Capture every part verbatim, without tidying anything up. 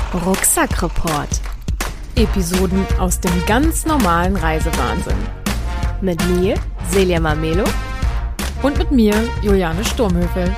Rucksackreport. Episoden aus dem ganz normalen Reisewahnsinn. Mit mir, Celia Mamelo. Und mit mir, Juliane Sturmhöfel.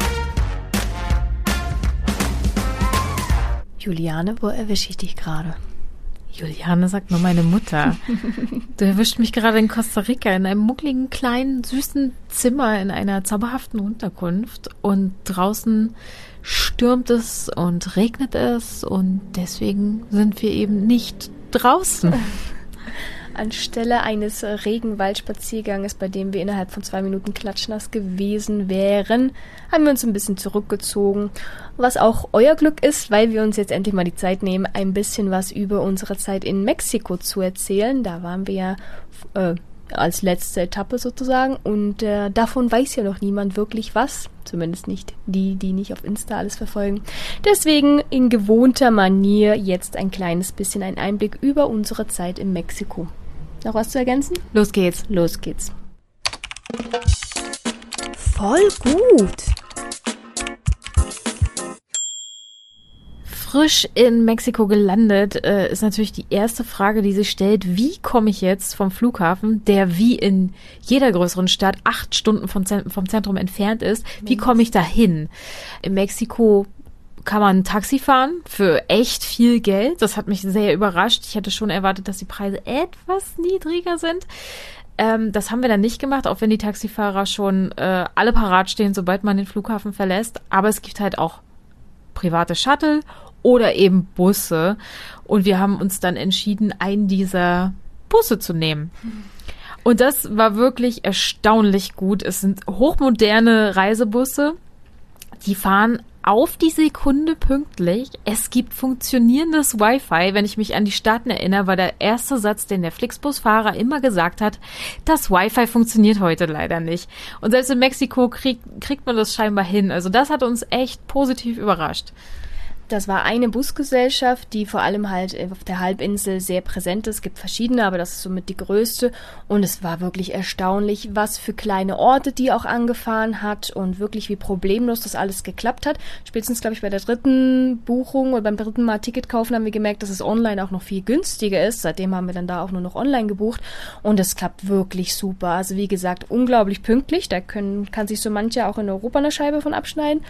Juliane, wo erwische ich dich gerade? Juliane, sagt nur meine Mutter. Du erwischt mich gerade in Costa Rica in einem muckligen, kleinen, süßen Zimmer in einer zauberhaften Unterkunft. Und draußen stürmt es und regnet es und deswegen sind wir eben nicht draußen. Anstelle eines Regenwaldspazierganges, bei dem wir innerhalb von zwei Minuten klatschnass gewesen wären, haben wir uns ein bisschen zurückgezogen. Was auch euer Glück ist, weil wir uns jetzt endlich mal die Zeit nehmen, ein bisschen was über unsere Zeit in Mexiko zu erzählen. Da waren wir ja äh, als letzte Etappe sozusagen und äh, davon weiß ja noch niemand wirklich was. Zumindest nicht die, die nicht auf Insta alles verfolgen. Deswegen in gewohnter Manier jetzt ein kleines bisschen ein Einblick über unsere Zeit in Mexiko. Noch was zu ergänzen? Los geht's. Los geht's. Voll gut. Frisch in Mexiko gelandet, äh, ist natürlich die erste Frage, die sich stellt, wie komme ich jetzt vom Flughafen, der wie in jeder größeren Stadt acht Stunden vom, Zent- vom Zentrum entfernt ist, wie komme ich da hin? In Mexiko kann man ein Taxi fahren für echt viel Geld. Das hat mich sehr überrascht. Ich hätte schon erwartet, dass die Preise etwas niedriger sind. Ähm, das haben wir dann nicht gemacht, auch wenn die Taxifahrer schon äh, alle parat stehen, sobald man den Flughafen verlässt. Aber es gibt halt auch private Shuttle oder eben Busse. Und wir haben uns dann entschieden, einen dieser Busse zu nehmen. Und das war wirklich erstaunlich gut. Es sind hochmoderne Reisebusse. Die fahren auf die Sekunde pünktlich. Es gibt funktionierendes Wi-Fi. Wenn ich mich an die Staaten erinnere, war der erste Satz, den der Flixbus-Fahrer immer gesagt hat, das Wi-Fi funktioniert heute leider nicht. Und selbst in Mexiko krieg, kriegt man das scheinbar hin. Also das hat uns echt positiv überrascht. Das war eine Busgesellschaft, die vor allem halt auf der Halbinsel sehr präsent ist. Es gibt verschiedene, aber das ist somit die größte. Und es war wirklich erstaunlich, was für kleine Orte die auch angefahren hat und wirklich wie problemlos das alles geklappt hat. Spätestens, glaube ich, bei der dritten Buchung oder beim dritten Mal Ticket kaufen haben wir gemerkt, dass es online auch noch viel günstiger ist. Seitdem haben wir dann da auch nur noch online gebucht und es klappt wirklich super. Also wie gesagt, unglaublich pünktlich. Da können, kann sich so mancher auch in Europa eine Scheibe von abschneiden.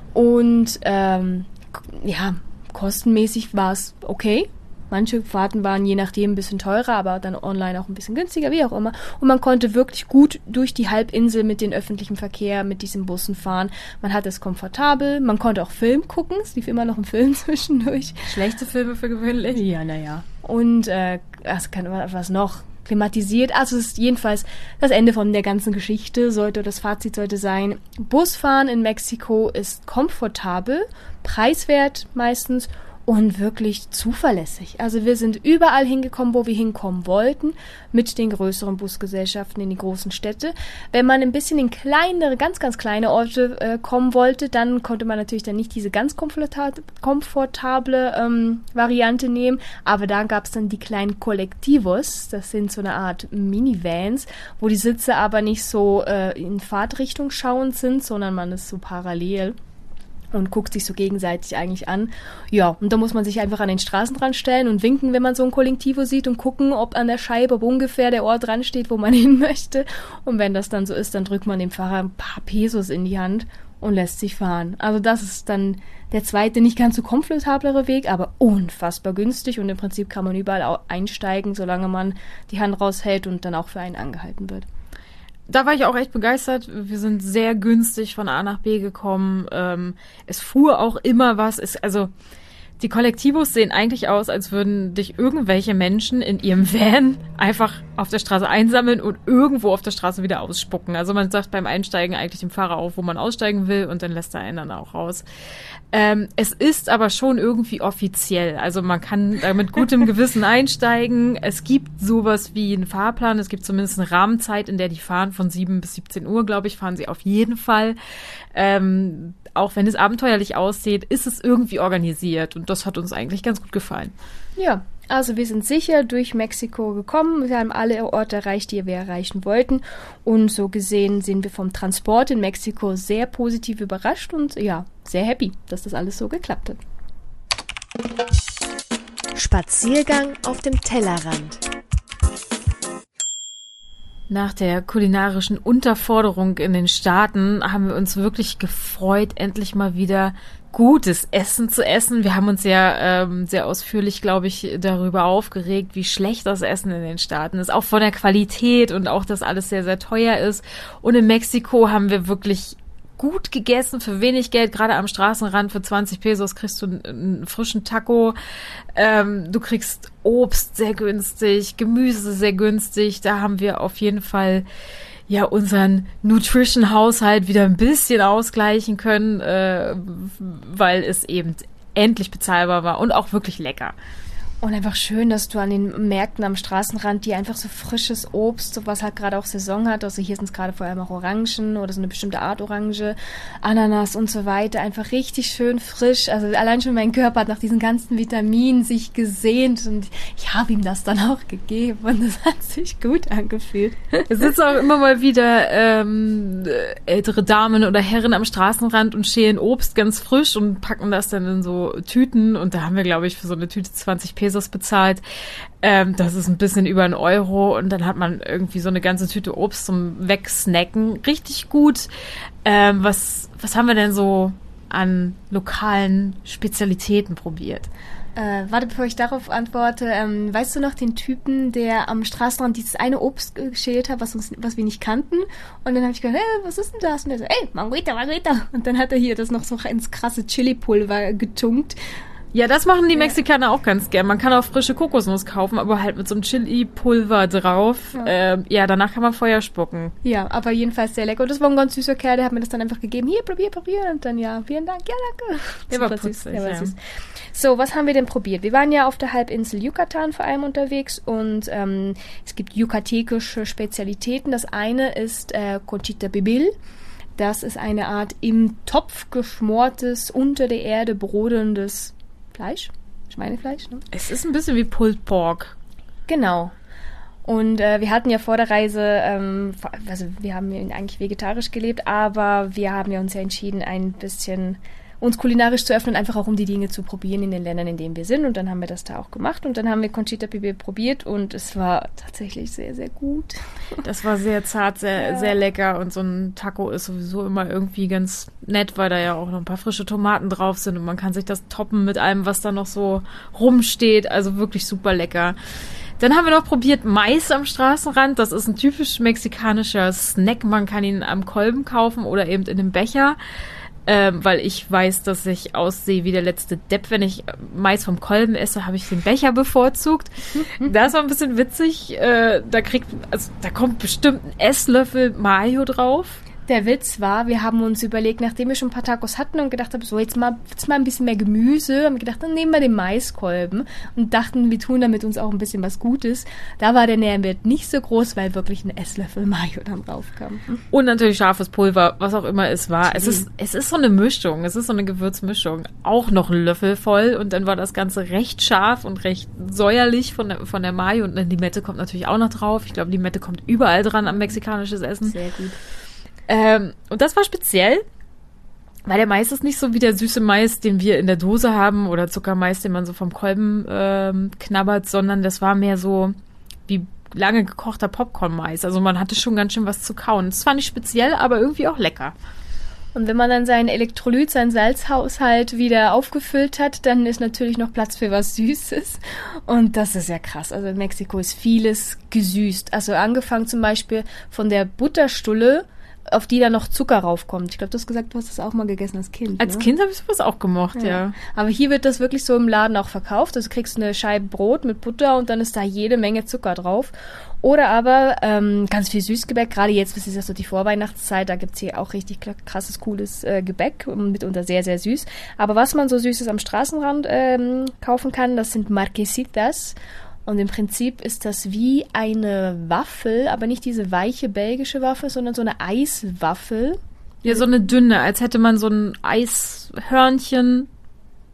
Und ähm, ja, kostenmäßig war es okay. Manche Fahrten waren je nachdem ein bisschen teurer, aber dann online auch ein bisschen günstiger, wie auch immer. Und man konnte wirklich gut durch die Halbinsel mit dem öffentlichen Verkehr, mit diesen Bussen fahren. Man hatte es komfortabel, man konnte auch Film gucken. Es lief immer noch ein Film zwischendurch. Schlechte Filme für gewöhnlich? Ja, naja. Und äh, was, kann, was noch? Klimatisiert. Also es ist jedenfalls das Ende von der ganzen Geschichte, sollte, das Fazit sollte sein, Busfahren in Mexiko ist komfortabel, preiswert meistens und wirklich zuverlässig. Also wir sind überall hingekommen, wo wir hinkommen wollten, mit den größeren Busgesellschaften in die großen Städte. Wenn man ein bisschen in kleinere, ganz, ganz kleine Orte äh, kommen wollte, dann konnte man natürlich dann nicht diese ganz komfortable, komfortable ähm, Variante nehmen, aber da gab es dann die kleinen Colectivos, das sind so eine Art Minivans, wo die Sitze aber nicht so äh, in Fahrtrichtung schauend sind, sondern man ist so parallel und guckt sich so gegenseitig eigentlich an. Ja, und da muss man sich einfach an den Straßenrand stellen und winken, wenn man so ein Kollektivo sieht und gucken, ob an der Scheibe, ob ungefähr der Ort dran steht, wo man hin möchte. Und wenn das dann so ist, dann drückt man dem Fahrer ein paar Pesos in die Hand und lässt sich fahren. Also das ist dann der zweite, nicht ganz so komfortablere Weg, aber unfassbar günstig und im Prinzip kann man überall einsteigen, solange man die Hand raushält und dann auch für einen angehalten wird. Da war ich auch echt begeistert. Wir sind sehr günstig von A nach B gekommen. Ähm, es fuhr auch immer was. Es, also die Kollektivos sehen eigentlich aus, als würden dich irgendwelche Menschen in ihrem Van einfach auf der Straße einsammeln und irgendwo auf der Straße wieder ausspucken. Also man sagt beim Einsteigen eigentlich dem Fahrer auf, wo man aussteigen will und dann lässt er einen dann auch raus. Ähm, es ist aber schon irgendwie offiziell. Also man kann da mit gutem Gewissen einsteigen. Es gibt sowas wie einen Fahrplan. Es gibt zumindest eine Rahmenzeit, in der die fahren. Von sieben bis siebzehn Uhr, glaube ich, fahren sie auf jeden Fall. Ähm, auch wenn es abenteuerlich aussieht, ist es irgendwie organisiert. Und das hat uns eigentlich ganz gut gefallen. Ja, also wir sind sicher durch Mexiko gekommen. Wir haben alle Orte erreicht, die wir erreichen wollten. Und so gesehen sind wir vom Transport in Mexiko sehr positiv überrascht und ja, sehr happy, dass das alles so geklappt hat. Spaziergang auf dem Tellerrand. Nach der kulinarischen Unterforderung in den Staaten haben wir uns wirklich gefreut, endlich mal wieder gutes Essen zu essen. Wir haben uns ja ähm, sehr ausführlich, glaube ich, darüber aufgeregt, wie schlecht das Essen in den Staaten ist. Auch von der Qualität und auch, dass alles sehr, sehr teuer ist. Und in Mexiko haben wir wirklich gut gegessen für wenig Geld, gerade am Straßenrand für zwanzig Pesos kriegst du einen, einen frischen Taco, ähm, du kriegst Obst sehr günstig, Gemüse sehr günstig, da haben wir auf jeden Fall ja unseren Nutrition-Haushalt wieder ein bisschen ausgleichen können, äh, weil es eben endlich bezahlbar war und auch wirklich lecker. Und einfach schön, dass du an den Märkten am Straßenrand, die einfach so frisches Obst, so was halt gerade auch Saison hat, also hier sind es gerade vor allem auch Orangen oder so eine bestimmte Art Orange, Ananas und so weiter, einfach richtig schön frisch. Also allein schon mein Körper hat nach diesen ganzen Vitaminen sich gesehnt und ich habe ihm das dann auch gegeben und das hat sich gut angefühlt. Es sitzen auch immer mal wieder ähm, ältere Damen oder Herren am Straßenrand und schälen Obst ganz frisch und packen das dann in so Tüten und da haben wir, glaube ich, für so eine Tüte zwanzig Pesos bezahlt. Ähm, das ist ein bisschen über einen Euro und dann hat man irgendwie so eine ganze Tüte Obst zum Wegsnacken. Richtig gut. Ähm, was, was haben wir denn so an lokalen Spezialitäten probiert? Äh, warte, bevor ich darauf antworte, ähm, weißt du noch den Typen, der am Straßenrand dieses eine Obst geschält hat, was uns, was wir nicht kannten? Und dann habe ich gedacht, hey, was ist denn das? Und der so, ey, Manguita, Manguita. Und dann hat er hier das noch so ins krasse Chili-Pulver getunkt. Ja, das machen die Mexikaner auch ganz gern. Man kann auch frische Kokosnuss kaufen, aber halt mit so einem Chili-Pulver drauf. Ja. Ähm, ja, danach kann man Feuer spucken. Ja, aber jedenfalls sehr lecker. Und das war ein ganz süßer Kerl, der hat mir das dann einfach gegeben. Hier, probier, probier. Und dann, ja, vielen Dank. Ja, danke. Der war putzig, süß. Der war ja. süß. So, was haben wir denn probiert? Wir waren ja auf der Halbinsel Yucatan vor allem unterwegs und ähm, es gibt yucatekische Spezialitäten. Das eine ist äh, Conchita Pibil. Das ist eine Art im Topf geschmortes, unter der Erde brodelndes Fleisch, Schweinefleisch. Ne? Es ist ein bisschen wie Pulled Pork. Genau. Und äh, wir hatten ja vor der Reise, ähm, also wir haben ja eigentlich vegetarisch gelebt, aber wir haben ja uns ja entschieden, ein bisschen uns kulinarisch zu öffnen, einfach auch um die Dinge zu probieren in den Ländern, in denen wir sind. Und dann haben wir das da auch gemacht und dann haben wir Conchita Pibil probiert und es war tatsächlich sehr, sehr gut. Das war sehr zart, sehr, ja. sehr lecker und so ein Taco ist sowieso immer irgendwie ganz nett, weil da ja auch noch ein paar frische Tomaten drauf sind und man kann sich das toppen mit allem, was da noch so rumsteht. Also wirklich super lecker. Dann haben wir noch probiert Mais am Straßenrand. Das ist ein typisch mexikanischer Snack. Man kann ihn am Kolben kaufen oder eben in einem Becher. Ähm, weil ich weiß, dass ich aussehe wie der letzte Depp. Wenn ich Mais vom Kolben esse, habe ich den Becher bevorzugt. Das war ein bisschen witzig. Äh, da kriegt, also da kommt bestimmt ein Esslöffel Mayo drauf. Der Witz war, wir haben uns überlegt, nachdem wir schon ein paar Tacos hatten und gedacht haben, so jetzt mal, jetzt mal ein bisschen mehr Gemüse, haben wir gedacht, dann nehmen wir den Maiskolben und dachten, wir tun damit uns auch ein bisschen was Gutes. Da war der Nährwert nicht so groß, weil wirklich ein Esslöffel Mayo dann draufkam. Und natürlich scharfes Pulver, was auch immer es war. Es ist, es ist so eine Mischung, es ist so eine Gewürzmischung. Auch noch ein Löffel voll und dann war das Ganze recht scharf und recht säuerlich von der, von der Mayo und eine Limette kommt natürlich auch noch drauf. Ich glaube, Limette kommt überall dran am mexikanisches Essen. Sehr gut. Ähm, und das war speziell, weil der Mais ist nicht so wie der süße Mais, den wir in der Dose haben oder Zuckermais, den man so vom Kolben ähm, knabbert, sondern das war mehr so wie lange gekochter Popcorn-Mais. Also man hatte schon ganz schön was zu kauen. Das war nicht speziell, aber irgendwie auch lecker. Und wenn man dann seinen Elektrolyt, seinen Salzhaushalt wieder aufgefüllt hat, dann ist natürlich noch Platz für was Süßes. Und das ist ja krass. Also in Mexiko ist vieles gesüßt. Also angefangen zum Beispiel von der Butterstulle, auf die da noch Zucker raufkommt. Ich glaube, du hast gesagt, du hast das auch mal gegessen als Kind. Als ne? Kind habe ich sowas auch gemocht, ja. ja. Aber hier wird das wirklich so im Laden auch verkauft. Also du kriegst eine Scheibe Brot mit Butter und dann ist da jede Menge Zucker drauf. Oder aber ähm, ganz viel Süßgebäck. Gerade jetzt, das ist ja so die Vorweihnachtszeit, da gibt's hier auch richtig krasses, cooles äh, Gebäck. Mitunter sehr, sehr süß. Aber was man so Süßes am Straßenrand ähm, kaufen kann, das sind Marquesitas. Und im Prinzip ist das wie eine Waffel, aber nicht diese weiche belgische Waffel, sondern so eine Eiswaffel. Ja, so eine dünne, als hätte man so ein Eishörnchen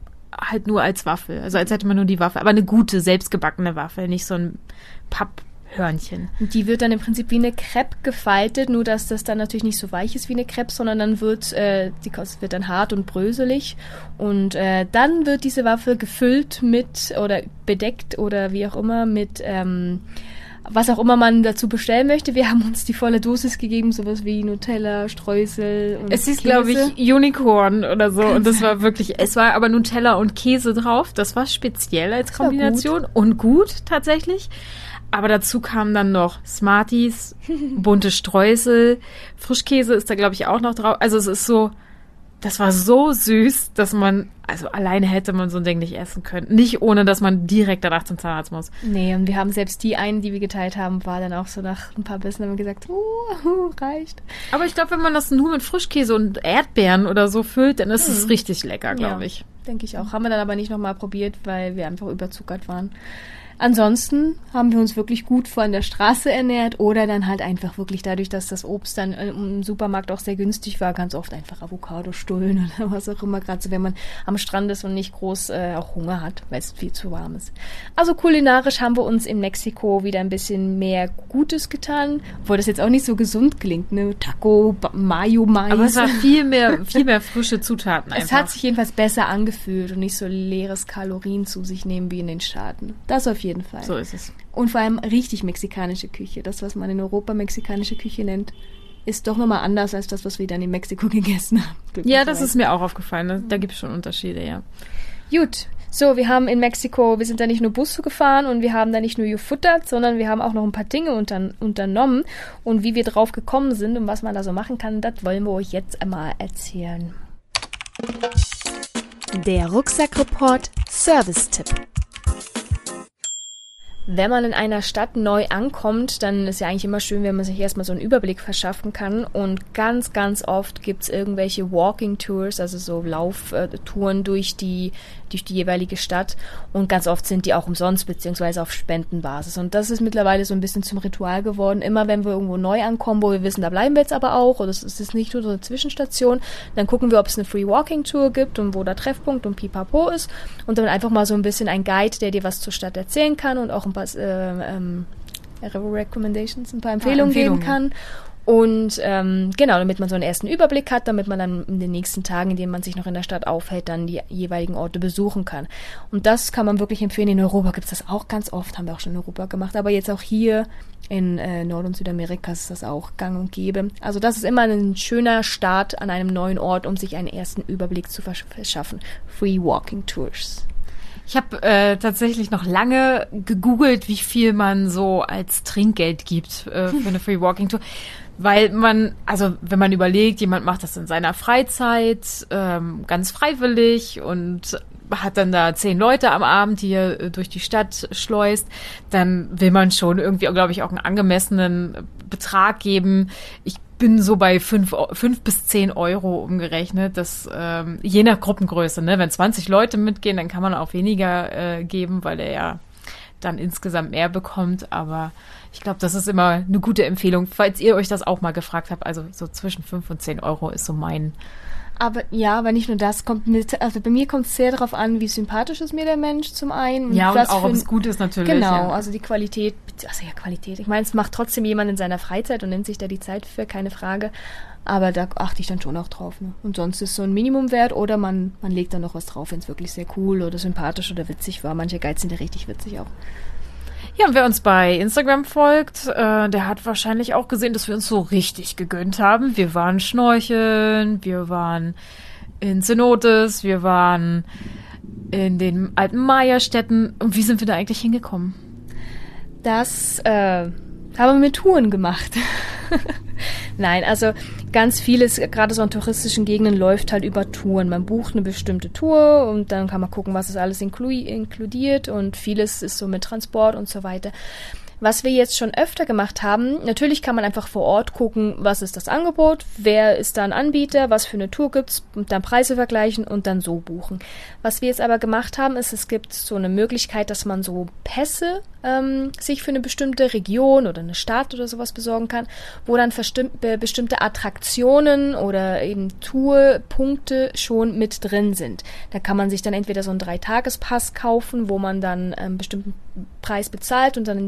halt nur als Waffel. Also als hätte man nur die Waffel. Aber eine gute, selbstgebackene Waffel, nicht so ein Hörnchen. Und die wird dann im Prinzip wie eine Crepe gefaltet, nur dass das dann natürlich nicht so weich ist wie eine Crepe, sondern dann wird äh, die Kost wird dann hart und bröselig. Und äh, dann wird diese Waffel gefüllt mit oder bedeckt oder wie auch immer mit ähm, was auch immer man dazu bestellen möchte. Wir haben uns die volle Dosis gegeben, sowas wie Nutella, Streusel und Es ist, Käse. glaube ich, Unicorn oder so. Und das war wirklich, es war aber Nutella und Käse drauf. Das war speziell als Kombination und gut tatsächlich. Aber dazu kamen dann noch Smarties, bunte Streusel, Frischkäse ist da, glaube ich, auch noch drauf. Also es ist so, das war so süß, dass man, also alleine hätte man so ein Ding nicht essen können. Nicht ohne, dass man direkt danach zum Zahnarzt muss. Nee, und wir haben selbst die einen, die wir geteilt haben, war dann auch so nach ein paar Bissen, haben wir gesagt, uh, reicht. Aber ich glaube, wenn man das nur mit Frischkäse und Erdbeeren oder so füllt, dann ist es Mhm. richtig lecker, glaube Ja, ich. denke ich auch. Haben wir dann aber nicht nochmal probiert, weil wir einfach überzuckert waren. Ansonsten haben wir uns wirklich gut von der Straße ernährt oder dann halt einfach wirklich dadurch, dass das Obst dann im Supermarkt auch sehr günstig war, ganz oft einfach Avocado-Stullen oder was auch immer, gerade so, wenn man am Strand ist und nicht groß äh, auch Hunger hat, weil es viel zu warm ist. Also kulinarisch haben wir uns in Mexiko wieder ein bisschen mehr Gutes getan, obwohl das jetzt auch nicht so gesund klingt, ne? Taco, ba- Mayo, Mais. Aber es war viel mehr, viel mehr frische Zutaten einfach. Es hat sich jedenfalls besser angefühlt und nicht so leeres Kalorien zu sich nehmen wie in den Staaten. Das auf jeden Fall. So ist es. Und vor allem richtig mexikanische Küche. Das, was man in Europa mexikanische Küche nennt, ist doch nochmal anders als das, was wir dann in Mexiko gegessen haben. Ja, das ist mir auch aufgefallen. Ne? Da gibt es schon Unterschiede, ja. Gut. So, wir haben in Mexiko, wir sind da nicht nur Bus gefahren und wir haben da nicht nur gefuttert, sondern wir haben auch noch ein paar Dinge unter, unternommen. Und wie wir drauf gekommen sind und was man da so machen kann, das wollen wir euch jetzt einmal erzählen. Der Rucksackreport Service-Tipp. Wenn man in einer Stadt neu ankommt, dann ist ja eigentlich immer schön, wenn man sich erstmal so einen Überblick verschaffen kann. Und ganz, ganz oft gibt's irgendwelche Walking Tours, also so Lauftouren durch die, durch die jeweilige Stadt. Und ganz oft sind die auch umsonst, beziehungsweise auf Spendenbasis. Und das ist mittlerweile so ein bisschen zum Ritual geworden. Immer wenn wir irgendwo neu ankommen, wo wir wissen, da bleiben wir jetzt aber auch, oder es ist nicht nur so eine Zwischenstation, dann gucken wir, ob es eine Free Walking Tour gibt und wo der Treffpunkt und Pipapo ist. Und dann einfach mal so ein bisschen ein Guide, der dir was zur Stadt erzählen kann und auch ein paar äh, ähm, Recommendations, ein paar Empfehlungen, ja, Empfehlungen geben kann. Und ähm, genau, damit man so einen ersten Überblick hat, damit man dann in den nächsten Tagen, in denen man sich noch in der Stadt aufhält, dann die jeweiligen Orte besuchen kann. Und das kann man wirklich empfehlen. In Europa gibt es das auch ganz oft, haben wir auch schon in Europa gemacht, aber jetzt auch hier in äh, Nord- und Südamerika ist das auch gang und gäbe. Also das ist immer ein schöner Start an einem neuen Ort, um sich einen ersten Überblick zu verschaffen. Free Walking Tours. Ich habe äh, tatsächlich noch lange gegoogelt, wie viel man so als Trinkgeld gibt äh, für eine Free Walking Tour. Weil man, also wenn man überlegt, jemand macht das in seiner Freizeit, ähm, ganz freiwillig und hat dann da zehn Leute am Abend, die er äh, durch die Stadt schleust, dann will man schon irgendwie, glaube ich, auch einen angemessenen Betrag geben. Ich bin so bei fünf, fünf bis zehn Euro umgerechnet, das ähm, je nach Gruppengröße, ne? Wenn zwanzig Leute mitgehen, dann kann man auch weniger äh, geben, weil er ja dann insgesamt mehr bekommt, aber ich glaube, das ist immer eine gute Empfehlung, falls ihr euch das auch mal gefragt habt, also so zwischen fünf und zehn Euro ist so mein. Aber ja, aber nicht nur das, kommt mit, also bei mir kommt es sehr darauf an, wie sympathisch ist mir der Mensch zum einen. Ja, und was auch, für ob ein- es gut ist natürlich. Genau, ja. also die Qualität, also ja, Qualität. Ich meine, es macht trotzdem jemand in seiner Freizeit und nimmt sich da die Zeit für, keine Frage. Aber da achte ich dann schon auch drauf. Ne? Und sonst ist so ein Minimumwert oder man, man legt dann noch was drauf, wenn es wirklich sehr cool oder sympathisch oder witzig war. Manche Guides sind ja richtig witzig auch. Ja, und wer uns bei Instagram folgt, äh, der hat wahrscheinlich auch gesehen, dass wir uns so richtig gegönnt haben. Wir waren schnorcheln, wir waren in Cenotes, wir waren in den alten Maya-Städten. Und wie sind wir da eigentlich hingekommen? Das äh, haben wir mit Touren gemacht. Nein, also ganz vieles, gerade so in touristischen Gegenden, läuft halt über Touren. Man bucht eine bestimmte Tour und dann kann man gucken, was ist alles inklu- inkludiert und vieles ist so mit Transport und so weiter. Was wir jetzt schon öfter gemacht haben, natürlich kann man einfach vor Ort gucken, was ist das Angebot, wer ist da ein Anbieter, was für eine Tour gibt's und dann Preise vergleichen und dann so buchen. Was wir jetzt aber gemacht haben, ist, es gibt so eine Möglichkeit, dass man so Pässe ähm, sich für eine bestimmte Region oder eine Stadt oder sowas besorgen kann, wo dann verstim- be- bestimmte Attraktionen oder eben Tourpunkte schon mit drin sind. Da kann man sich dann entweder so einen Dreitagespass kaufen, wo man dann einen bestimmten Preis bezahlt und dann in die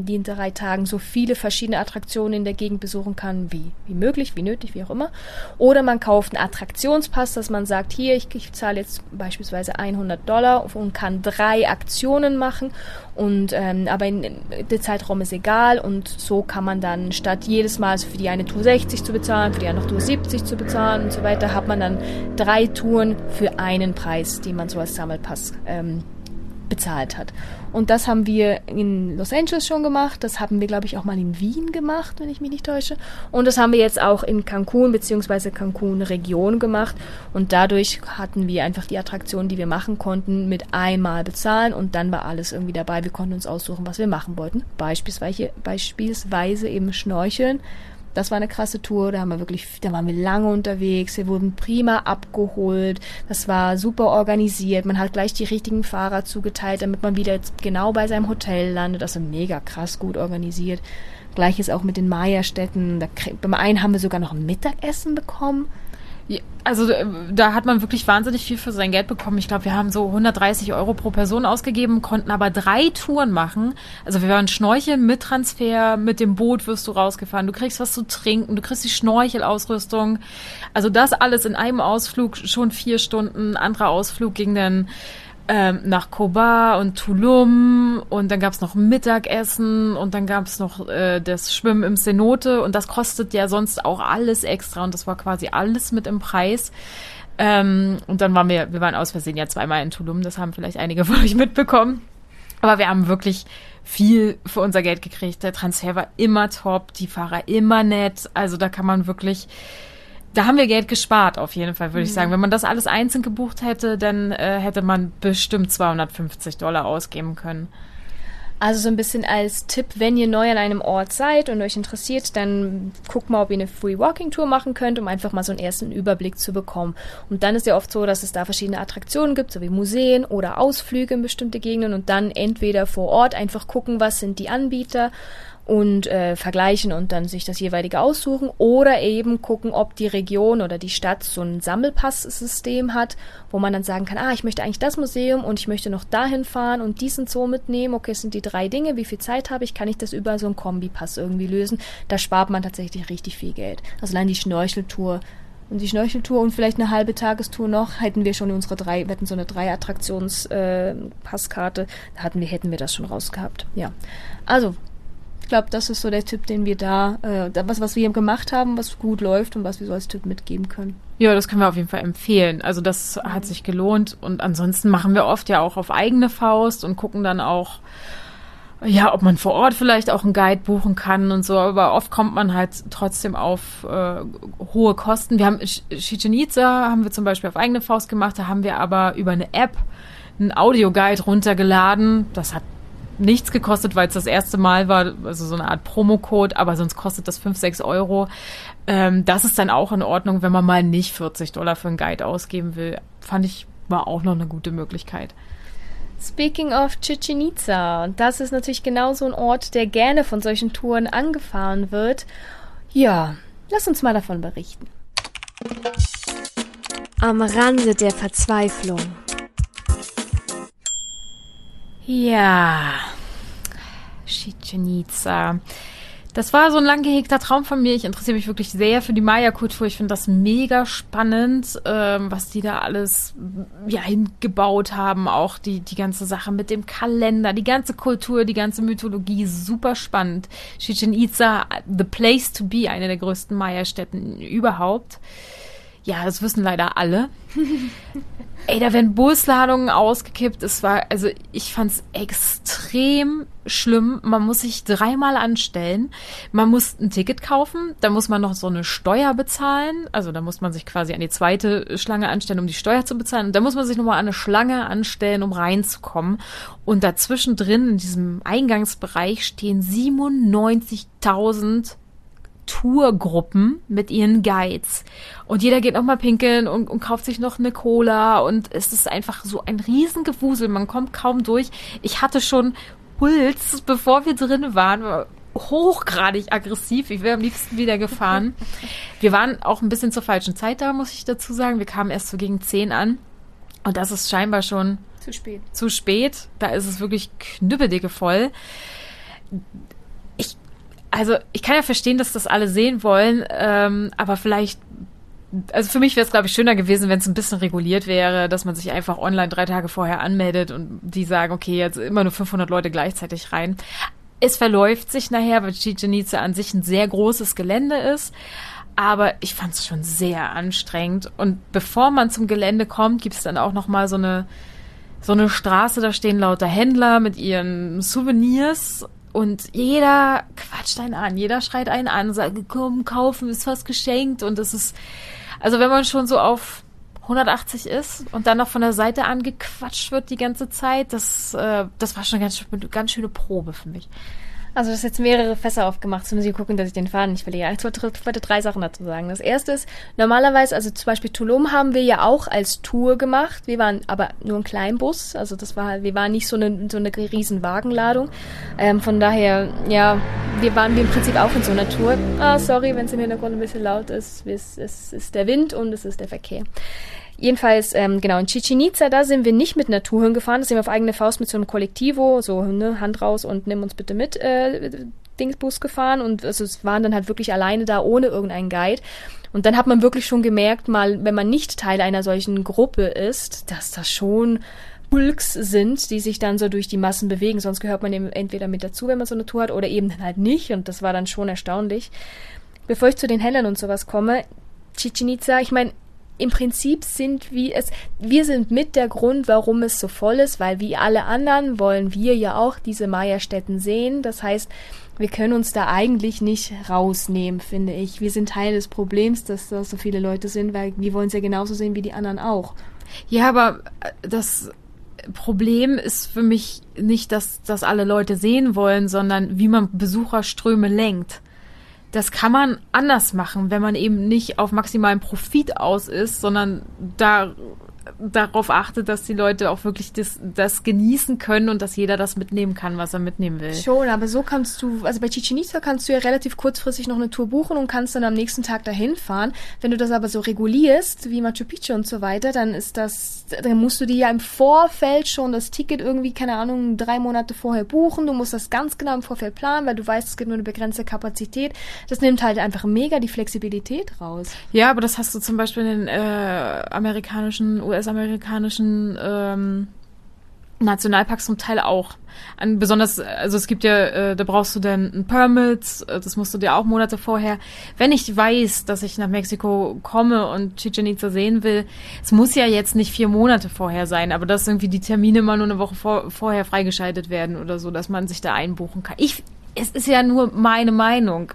drei Tagen so viele verschiedene Attraktionen in der Gegend besuchen kann, wie, wie möglich, wie nötig, wie auch immer. Oder man kauft einen Attraktionspass, dass man sagt, hier, ich, ich zahle jetzt beispielsweise hundert Dollar und kann drei Aktionen machen. Und ähm, aber in, in, der Zeitraum ist egal und so kann man dann statt jedes Mal für die eine Tour sechzig zu bezahlen, für die andere Tour siebzig zu bezahlen und so weiter, hat man dann drei Touren für einen Preis, den man so als Sammelpass ähm, bezahlt hat. Und das haben wir in Los Angeles schon gemacht, das haben wir, glaube ich, auch mal in Wien gemacht, wenn ich mich nicht täusche. Und das haben wir jetzt auch in Cancun bzw. Cancun-Region gemacht. Und dadurch hatten wir einfach die Attraktionen, die wir machen konnten, mit einmal bezahlen und dann war alles irgendwie dabei. Wir konnten uns aussuchen, was wir machen wollten. Beispielsweise, beispielsweise eben Schnorcheln. Das war eine krasse Tour, da haben wir wirklich, da waren wir lange unterwegs, wir wurden prima abgeholt, das war super organisiert, man hat gleich die richtigen Fahrer zugeteilt, damit man wieder jetzt genau bei seinem Hotel landet, das ist mega krass gut organisiert. Gleiches auch mit den Maya-Städten, da, beim einen haben wir sogar noch ein Mittagessen bekommen. Ja, also da hat man wirklich wahnsinnig viel für sein Geld bekommen. Ich glaube, wir haben so hundertdreißig Euro pro Person ausgegeben, konnten aber drei Touren machen. Also wir waren Schnorcheln mit Transfer, mit dem Boot wirst du rausgefahren. Du kriegst was zu trinken, du kriegst die Schnorchelausrüstung. Also das alles in einem Ausflug, schon vier Stunden. Anderer Ausflug ging dann ähm, nach Cobar und Tulum und dann gab's noch Mittagessen und dann gab's noch äh, das Schwimmen im Cenote und das kostet ja sonst auch alles extra und das war quasi alles mit im Preis. Ähm, und dann waren wir, wir waren aus Versehen ja zweimal in Tulum, das haben vielleicht einige von euch mitbekommen. Aber wir haben wirklich viel für unser Geld gekriegt. Der Transfer war immer top, die Fahrer immer nett, also da kann man wirklich... Da haben wir Geld gespart, auf jeden Fall, würde mhm. ich sagen. Wenn man das alles einzeln gebucht hätte, dann äh, hätte man bestimmt zweihundertfünfzig Dollar ausgeben können. Also so ein bisschen als Tipp, wenn ihr neu an einem Ort seid und euch interessiert, dann guckt mal, ob ihr eine Free Walking Tour machen könnt, um einfach mal so einen ersten Überblick zu bekommen. Und dann ist ja oft so, dass es da verschiedene Attraktionen gibt, so wie Museen oder Ausflüge in bestimmte Gegenden und dann entweder vor Ort einfach gucken, was sind die Anbieter und äh, vergleichen und dann sich das jeweilige aussuchen oder eben gucken, ob die Region oder die Stadt so ein Sammelpass-System hat, wo man dann sagen kann, ah, ich möchte eigentlich das Museum und ich möchte noch dahin fahren und diesen Zoo mitnehmen. Okay, es sind die drei Dinge, wie viel Zeit habe ich, kann ich das über so einen Kombipass irgendwie lösen. Da spart man tatsächlich richtig viel Geld. Also allein die Schnorcheltour und die Schnorcheltour und vielleicht eine halbe Tagestour noch, hätten wir schon unsere drei, wir hätten so eine drei Attraktions äh, Passkarte, da hatten wir, hätten wir das schon rausgehabt. Ja, also ich glaube, das ist so der Tipp, den wir da, äh, was, was wir gemacht haben, was gut läuft und was wir so als Tipp mitgeben können. Ja, das können wir auf jeden Fall empfehlen. Also das mhm. hat sich gelohnt und ansonsten machen wir oft ja auch auf eigene Faust und gucken dann auch, ja, ob man vor Ort vielleicht auch einen Guide buchen kann und so, aber oft kommt man halt trotzdem auf äh, hohe Kosten. Wir haben Chichén Itzá haben wir zum Beispiel auf eigene Faust gemacht, da haben wir aber über eine App einen Audioguide runtergeladen. Das hat nichts gekostet, weil es das erste Mal war, also so eine Art Promocode, aber sonst kostet das fünf, sechs Euro. Ähm, das ist dann auch in Ordnung, wenn man mal nicht vierzig Dollar für einen Guide ausgeben will. Fand ich, war auch noch eine gute Möglichkeit. Speaking of Chichén Itzá, und das ist natürlich genau so ein Ort, der gerne von solchen Touren angefahren wird. Ja, lass uns mal davon berichten. Am Rande der Verzweiflung. Ja, Chichén Itzá. Das war so ein lang gehegter Traum von mir. Ich interessiere mich wirklich sehr für die Maya-Kultur. Ich finde das mega spannend, ähm, was die da alles ja, hingebaut haben. Auch die, die ganze Sache mit dem Kalender, die ganze Kultur, die ganze Mythologie. Super spannend. Chichén Itzá, the place to be, eine der größten Maya-Städten überhaupt. Ja, das wissen leider alle. Ey, da werden Busladungen ausgekippt. Es war, also ich fand's extrem schlimm. Man muss sich dreimal anstellen. Man muss ein Ticket kaufen. Da muss man noch so eine Steuer bezahlen. Also da muss man sich quasi an die zweite Schlange anstellen, um die Steuer zu bezahlen. Und da muss man sich nochmal an eine Schlange anstellen, um reinzukommen. Und dazwischen drin, in diesem Eingangsbereich, stehen siebenundneunzigtausend Tourgruppen mit ihren Guides. Und jeder geht nochmal pinkeln und, und kauft sich noch eine Cola und es ist einfach so ein Riesengewusel. Man kommt kaum durch. Ich hatte schon Puls, bevor wir drin waren, war hochgradig aggressiv. Ich wäre am liebsten wieder gefahren. Wir waren auch ein bisschen zur falschen Zeit da, muss ich dazu sagen. Wir kamen erst so gegen zehn an und das ist scheinbar schon zu spät. Zu spät. Da ist es wirklich knüppeldicke voll. also ich kann ja verstehen, dass das alle sehen wollen, ähm, aber vielleicht, also für mich wäre es, glaube ich, schöner gewesen, wenn es ein bisschen reguliert wäre, dass man sich einfach online drei Tage vorher anmeldet und die sagen, okay, jetzt immer nur fünfhundert Leute gleichzeitig rein. Es verläuft sich nachher, weil Chichén Itzá an sich ein sehr großes Gelände ist, aber ich fand es schon sehr anstrengend. Und bevor man zum Gelände kommt, gibt es dann auch noch mal so eine so eine Straße, da stehen lauter Händler mit ihren Souvenirs und jeder quatscht einen an, jeder schreit einen an, sagt, komm, kaufen, ist was geschenkt und es ist, also wenn man schon so auf hundertachtzig ist und dann noch von der Seite angequatscht wird die ganze Zeit, das, äh, das war schon eine ganz, ganz schöne Probe für mich. Also das ist jetzt mehrere Fässer aufgemacht. Jetzt müssen wir gucken, dass ich den Faden nicht verliere. Ich wollte, wollte drei Sachen dazu sagen. Das erste ist, normalerweise, also zum Beispiel Tulum haben wir ja auch als Tour gemacht. Wir waren aber nur ein Kleinbus. Also das war, wir waren nicht so eine, so eine riesen Wagenladung. Ähm, von daher, ja, wir waren wir im Prinzip auch in so einer Tour. Ah, sorry, wenn es im Hintergrund ein bisschen laut ist. Es, es ist der Wind und es ist der Verkehr. Jedenfalls, ähm, genau, in Chichén Itzá, da sind wir nicht mit einer Tour hingefahren, da sind wir auf eigene Faust mit so einem Kollektivo, so, ne, Hand raus und nimm uns bitte mit, äh, Dingsbus gefahren und also es waren dann halt wirklich alleine da, ohne irgendeinen Guide. Und dann hat man wirklich schon gemerkt, mal, wenn man nicht Teil einer solchen Gruppe ist, dass das schon Pulks sind, die sich dann so durch die Massen bewegen, sonst gehört man eben entweder mit dazu, wenn man so eine Tour hat, oder eben dann halt nicht und das war dann schon erstaunlich. Bevor ich zu den Händlern und sowas komme, Chichén Itzá, ich meine, im Prinzip sind wir es, wir sind mit der Grund, warum es so voll ist, weil wie alle anderen wollen wir ja auch diese Maya-Stätten sehen. Das heißt, wir können uns da eigentlich nicht rausnehmen, finde ich. Wir sind Teil des Problems, dass da so viele Leute sind, weil wir wollen es ja genauso sehen wie die anderen auch. Ja, aber das Problem ist für mich nicht, dass das alle Leute sehen wollen, sondern wie man Besucherströme lenkt. Das kann man anders machen, wenn man eben nicht auf maximalen Profit aus ist, sondern da darauf achtet, dass die Leute auch wirklich das, das genießen können und dass jeder das mitnehmen kann, was er mitnehmen will. Schon, aber so kannst du, also bei Chichén Itzá kannst du ja relativ kurzfristig noch eine Tour buchen und kannst dann am nächsten Tag dahin fahren. Wenn du das aber so regulierst, wie Machu Picchu und so weiter, dann ist das, dann musst du dir ja im Vorfeld schon das Ticket irgendwie, keine Ahnung, drei Monate vorher buchen. Du musst das ganz genau im Vorfeld planen, weil du weißt, es gibt nur eine begrenzte Kapazität. Das nimmt halt einfach mega die Flexibilität raus. Ja, aber das hast du zum Beispiel in den äh, amerikanischen, U S-amerikanischen ähm, Nationalparks zum Teil auch. An, besonders, also es gibt ja, äh, da brauchst du dann ein Permit, äh, das musst du dir auch Monate vorher. Wenn ich weiß, dass ich nach Mexiko komme und Chichén Itzá sehen will, es muss ja jetzt nicht vier Monate vorher sein, aber dass irgendwie die Termine mal nur eine Woche vor, vorher freigeschaltet werden oder so, dass man sich da einbuchen kann. Ich, es ist ja nur meine Meinung.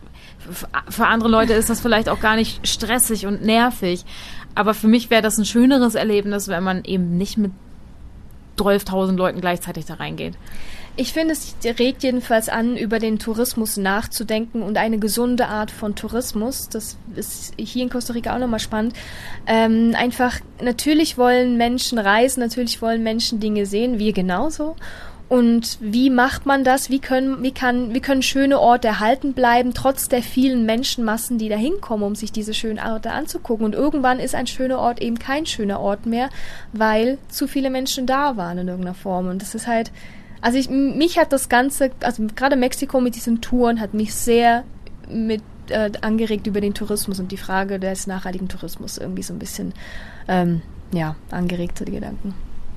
Für andere Leute ist das vielleicht auch gar nicht stressig und nervig. Aber für mich wäre das ein schöneres Erlebnis, wenn man eben nicht mit zwölftausend Leuten gleichzeitig da reingeht. Ich finde, es regt jedenfalls an, über den Tourismus nachzudenken und eine gesunde Art von Tourismus. Das ist hier in Costa Rica auch nochmal spannend. Ähm, einfach, natürlich wollen Menschen reisen, natürlich wollen Menschen Dinge sehen, wir genauso. Und wie macht man das? Wie können, wie kann, wie können schöne Orte erhalten bleiben, trotz der vielen Menschenmassen, die da hinkommen, um sich diese schönen Orte anzugucken? Und irgendwann ist ein schöner Ort eben kein schöner Ort mehr, weil zu viele Menschen da waren in irgendeiner Form. Und das ist halt, also ich, mich hat das Ganze, also gerade Mexiko mit diesen Touren hat mich sehr mit äh, angeregt über den Tourismus und die Frage des nachhaltigen Tourismus irgendwie so ein bisschen, ähm, ja, angeregt zu den Gedanken.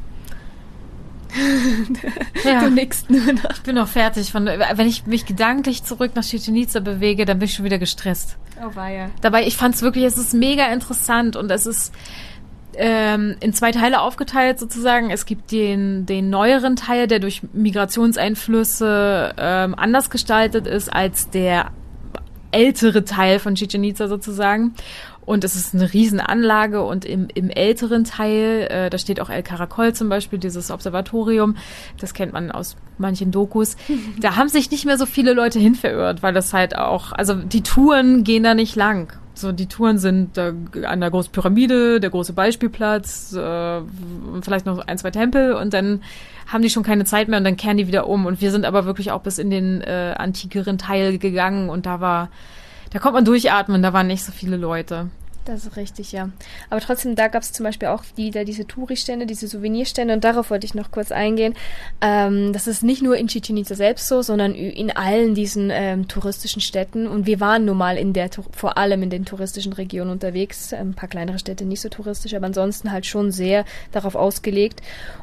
Ja. Du nickst nur noch. Ich bin noch fertig. Von, wenn ich mich gedanklich zurück nach Chichén Itzá bewege, dann bin ich schon wieder gestresst. Oh weia. Dabei, ich fand es wirklich, es ist mega interessant und es ist ähm, in zwei Teile aufgeteilt sozusagen. Es gibt den, den neueren Teil, der durch Migrationseinflüsse ähm, anders gestaltet ist als der ältere Teil von Chichén Itzá sozusagen. Und es ist eine Riesenanlage und im, im älteren Teil, äh, da steht auch El Caracol zum Beispiel, dieses Observatorium, das kennt man aus manchen Dokus. Da haben sich nicht mehr so viele Leute hin verirrt, weil das halt auch, also die Touren gehen da nicht lang. So, die Touren sind äh, an der großen Pyramide, der große Beispielplatz, äh, vielleicht noch ein, zwei Tempel und dann haben die schon keine Zeit mehr und dann kehren die wieder um. Und wir sind aber wirklich auch bis in den äh, antikeren Teil gegangen und da war Da konnte man durchatmen, da waren nicht so viele Leute. Das ist richtig, ja. Aber trotzdem, da gab es zum Beispiel auch wieder diese Touri-Stände, diese Souvenirstände und darauf wollte ich noch kurz eingehen. Ähm, das ist nicht nur in Chichén Itzá selbst so, sondern in allen diesen ähm, touristischen Städten und wir waren nun mal in der, vor allem in den touristischen Regionen unterwegs, ein paar kleinere Städte nicht so touristisch, aber ansonsten halt schon sehr darauf ausgelegt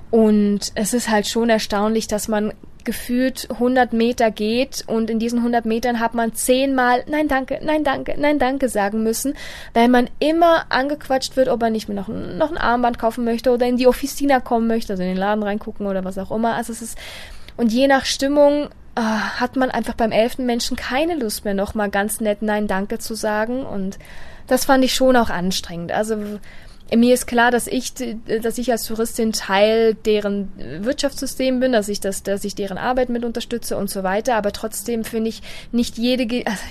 und es ist halt schon erstaunlich, dass man gefühlt hundert Meter geht und in diesen hundert Metern hat man zehnmal nein danke, nein danke, nein danke sagen müssen, weil man immer angequatscht wird, ob er nicht mehr noch, noch ein Armband kaufen möchte oder in die Officina kommen möchte, also in den Laden reingucken oder was auch immer. Also es ist, und je nach Stimmung äh, hat man einfach beim elften Menschen keine Lust mehr, noch mal ganz nett nein danke zu sagen und das fand ich schon auch anstrengend. Also mir ist klar, dass ich, dass ich als Touristin Teil deren Wirtschaftssystem bin, dass ich das, dass ich deren Arbeit mit unterstütze und so weiter. Aber trotzdem finde ich nicht jede, also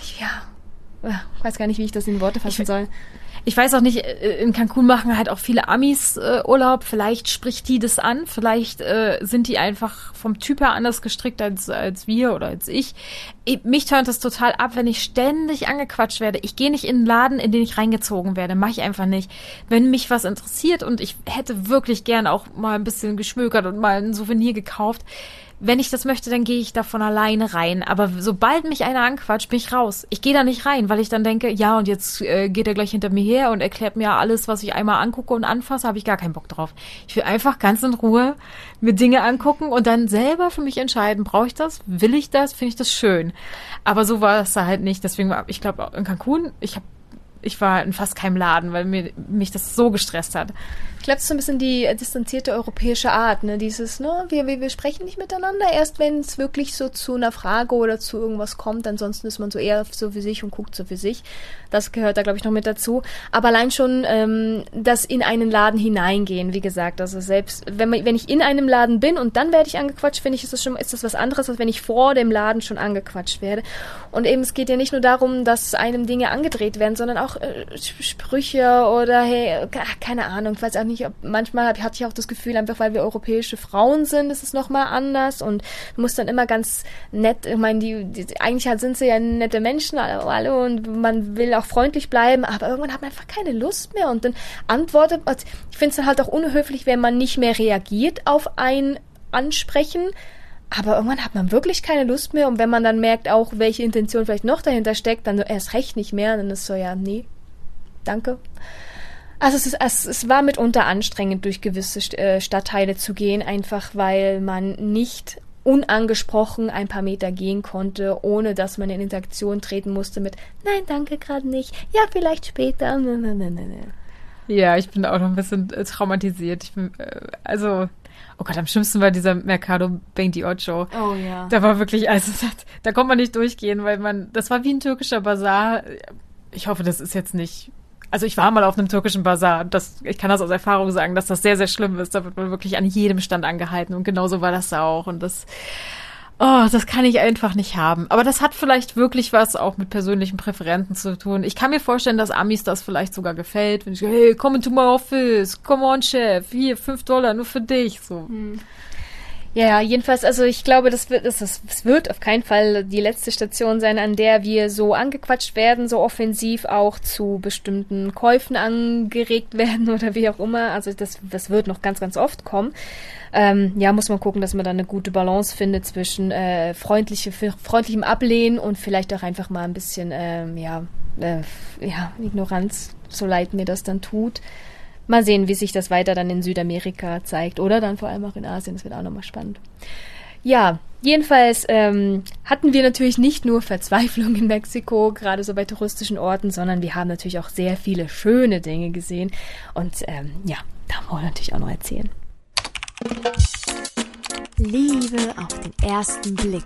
ja, ich weiß gar nicht, wie ich das in Worte fassen ich, soll. Ich weiß auch nicht, in Cancun machen halt auch viele Amis äh, Urlaub. Vielleicht spricht die das an. Vielleicht äh, sind die einfach vom Typ her anders gestrickt als, als wir oder als ich. ich. Mich turnt das total ab, wenn ich ständig angequatscht werde. Ich gehe nicht in einen Laden, in den ich reingezogen werde. Mache ich einfach nicht. Wenn mich was interessiert und ich hätte wirklich gern auch mal ein bisschen geschmökert und mal ein Souvenir gekauft, wenn ich das möchte, dann gehe ich da von alleine rein. Aber sobald mich einer anquatscht, bin ich raus. Ich gehe da nicht rein, weil ich dann denke, ja, und jetzt äh, geht er gleich hinter mir her und erklärt mir alles, was ich einmal angucke und anfasse, habe ich gar keinen Bock drauf. Ich will einfach ganz in Ruhe mir Dinge angucken und dann selber für mich entscheiden, brauche ich das? Will ich das? Finde ich das schön? Aber so war es da halt nicht. Deswegen war, ich glaube, in Cancun, ich habe ich war in fast keinem Laden, weil mir, mich das so gestresst hat. Ich glaube, es ist so ein bisschen die äh, distanzierte europäische Art, ne? Dieses, ne, wir, wir, wir sprechen nicht miteinander, erst wenn es wirklich so zu einer Frage oder zu irgendwas kommt, ansonsten ist man so eher so für sich und guckt so für sich. Das gehört da, glaube ich, noch mit dazu. Aber allein schon ähm, das in einen Laden hineingehen, wie gesagt, also selbst, wenn, man, wenn ich in einem Laden bin und dann werde ich angequatscht, finde ich, ist das schon, ist das was anderes, als wenn ich vor dem Laden schon angequatscht werde. Und eben, es geht ja nicht nur darum, dass einem Dinge angedreht werden, sondern auch äh, Sprüche oder, hey, keine Ahnung, ich weiß auch nicht, ob, manchmal hab, hatte ich auch das Gefühl, einfach weil wir europäische Frauen sind, ist es nochmal anders und du musst dann immer ganz nett, ich meine, die, die eigentlich halt sind sie ja nette Menschen alle, alle und man will auch freundlich bleiben, aber irgendwann hat man einfach keine Lust mehr und dann antwortet, ich finde es dann halt auch unhöflich, wenn man nicht mehr reagiert auf ein Ansprechen, aber irgendwann hat man wirklich keine Lust mehr und wenn man dann merkt auch, welche Intention vielleicht noch dahinter steckt, dann erst recht nicht mehr, dann ist so, ja, nee, danke. Also es, ist, es, es war mitunter anstrengend, durch gewisse Stadtteile zu gehen, einfach weil man nicht unangesprochen ein paar Meter gehen konnte, ohne dass man in Interaktion treten musste mit nein, danke, gerade nicht, ja, vielleicht später. Ja, ich bin auch noch ein bisschen äh, traumatisiert. Ich bin, äh, also, oh Gott, am schlimmsten war dieser Mercado veintiocho. Oh ja. Da war wirklich, also das, da konnte man nicht durchgehen, weil man, das war wie ein türkischer Bazar. Ich hoffe, das ist jetzt nicht, also ich war mal auf einem türkischen Bazar. Das, ich kann das aus Erfahrung sagen, dass das sehr, sehr schlimm ist. Da wird man wirklich an jedem Stand angehalten und genauso war das da auch. Und das, oh, das kann ich einfach nicht haben. Aber das hat vielleicht wirklich was auch mit persönlichen Präferenzen zu tun. Ich kann mir vorstellen, dass Amis das vielleicht sogar gefällt. Wenn ich so, hey, come into my office, come on, Chef, hier, fünf Dollar, nur für dich, so. Hm. Ja, jedenfalls, also ich glaube, das wird, das, das wird auf keinen Fall die letzte Station sein, an der wir so angequatscht werden, so offensiv auch zu bestimmten Käufen angeregt werden oder wie auch immer. Also das, das wird noch ganz, ganz oft kommen. Ähm, ja, muss man gucken, dass man da eine gute Balance findet zwischen äh, freundliche, freundlichem Ablehnen und vielleicht auch einfach mal ein bisschen, ähm, ja, äh, ja, Ignoranz, so leid mir das dann tut. Mal sehen, wie sich das weiter dann in Südamerika zeigt oder dann vor allem auch in Asien. Das wird auch nochmal spannend. Ja, jedenfalls ähm, hatten wir natürlich nicht nur Verzweiflung in Mexiko, gerade so bei touristischen Orten, sondern wir haben natürlich auch sehr viele schöne Dinge gesehen. Und ähm, ja, da wollen wir natürlich auch noch erzählen. Liebe auf den ersten Blick.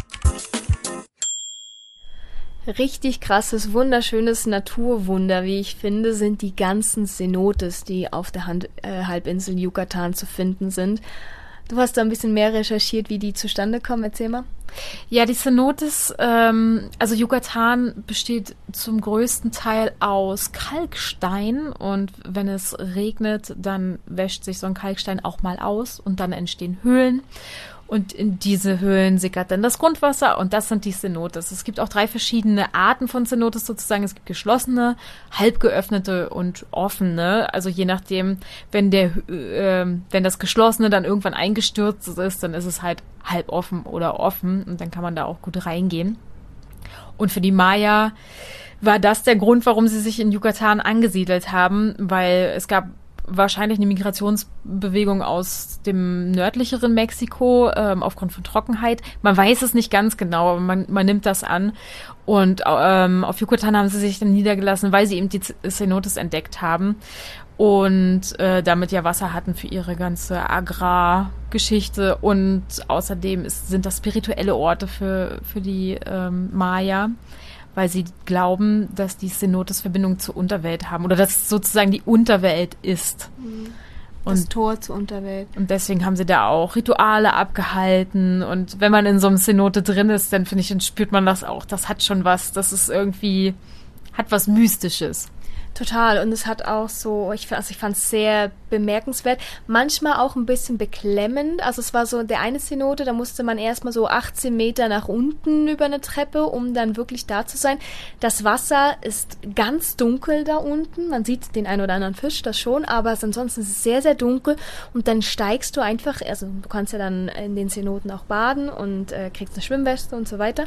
Richtig krasses, wunderschönes Naturwunder, wie ich finde, sind die ganzen Cenotes, die auf der Hand, äh, Halbinsel Yucatan zu finden sind. Du hast da ein bisschen mehr recherchiert, wie die zustande kommen. Erzähl mal. Ja, die Cenotes, ähm, also Yucatan besteht zum größten Teil aus Kalkstein und wenn es regnet, dann wäscht sich so ein Kalkstein auch mal aus und dann entstehen Höhlen. Und in diese Höhlen sickert dann das Grundwasser und das sind die Cenotes. Es gibt auch drei verschiedene Arten von Cenotes sozusagen. Es gibt geschlossene, halb geöffnete und offene. Also je nachdem, wenn der, äh, wenn das geschlossene dann irgendwann eingestürzt ist, dann ist es halt halb offen oder offen und dann kann man da auch gut reingehen. Und für die Maya war das der Grund, warum sie sich in Yucatan angesiedelt haben, weil es gab wahrscheinlich eine Migrationsbewegung aus dem nördlicheren Mexiko ähm, aufgrund von Trockenheit. Man weiß es nicht ganz genau, aber man, man nimmt das an. Und ähm, auf Yucatan haben sie sich dann niedergelassen, weil sie eben die Cenotes entdeckt haben und äh, damit ja Wasser hatten für ihre ganze Agrargeschichte. Und außerdem ist, sind das spirituelle Orte für, für die ähm, Maya, weil sie glauben, dass die Cenotes Verbindung zur Unterwelt haben oder dass es sozusagen die Unterwelt ist. Das und, Tor zur Unterwelt. Und deswegen haben sie da auch Rituale abgehalten. Und wenn man in so einem Cenote drin ist, dann finde ich, dann spürt man das auch. Das hat schon was, das ist irgendwie, hat was Mystisches. Total. Und es hat auch so, ich, also ich fand es sehr bemerkenswert, manchmal auch ein bisschen beklemmend. Also es war so der eine Cenote, da musste man erstmal so achtzehn Meter nach unten über eine Treppe, um dann wirklich da zu sein. Das Wasser ist ganz dunkel da unten. Man sieht den einen oder anderen Fisch, das schon, aber ansonsten ist es sehr, sehr dunkel. Und dann steigst du einfach, also du kannst ja dann in den Cenoten auch baden und äh, kriegst eine Schwimmweste und so weiter.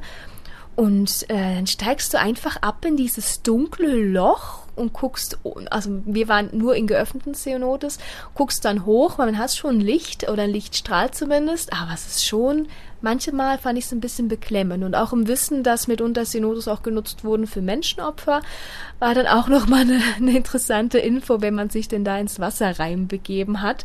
Und äh, dann steigst du einfach ab in dieses dunkle Loch und guckst, also wir waren nur in geöffneten Cenotes, guckst dann hoch, weil man hat schon Licht oder ein Lichtstrahl zumindest, aber es ist schon, manchmal fand ich es ein bisschen beklemmend. Und auch im Wissen, dass mitunter Cenotes auch genutzt wurden für Menschenopfer, war dann auch nochmal eine, eine interessante Info, wenn man sich denn da ins Wasser reinbegeben hat.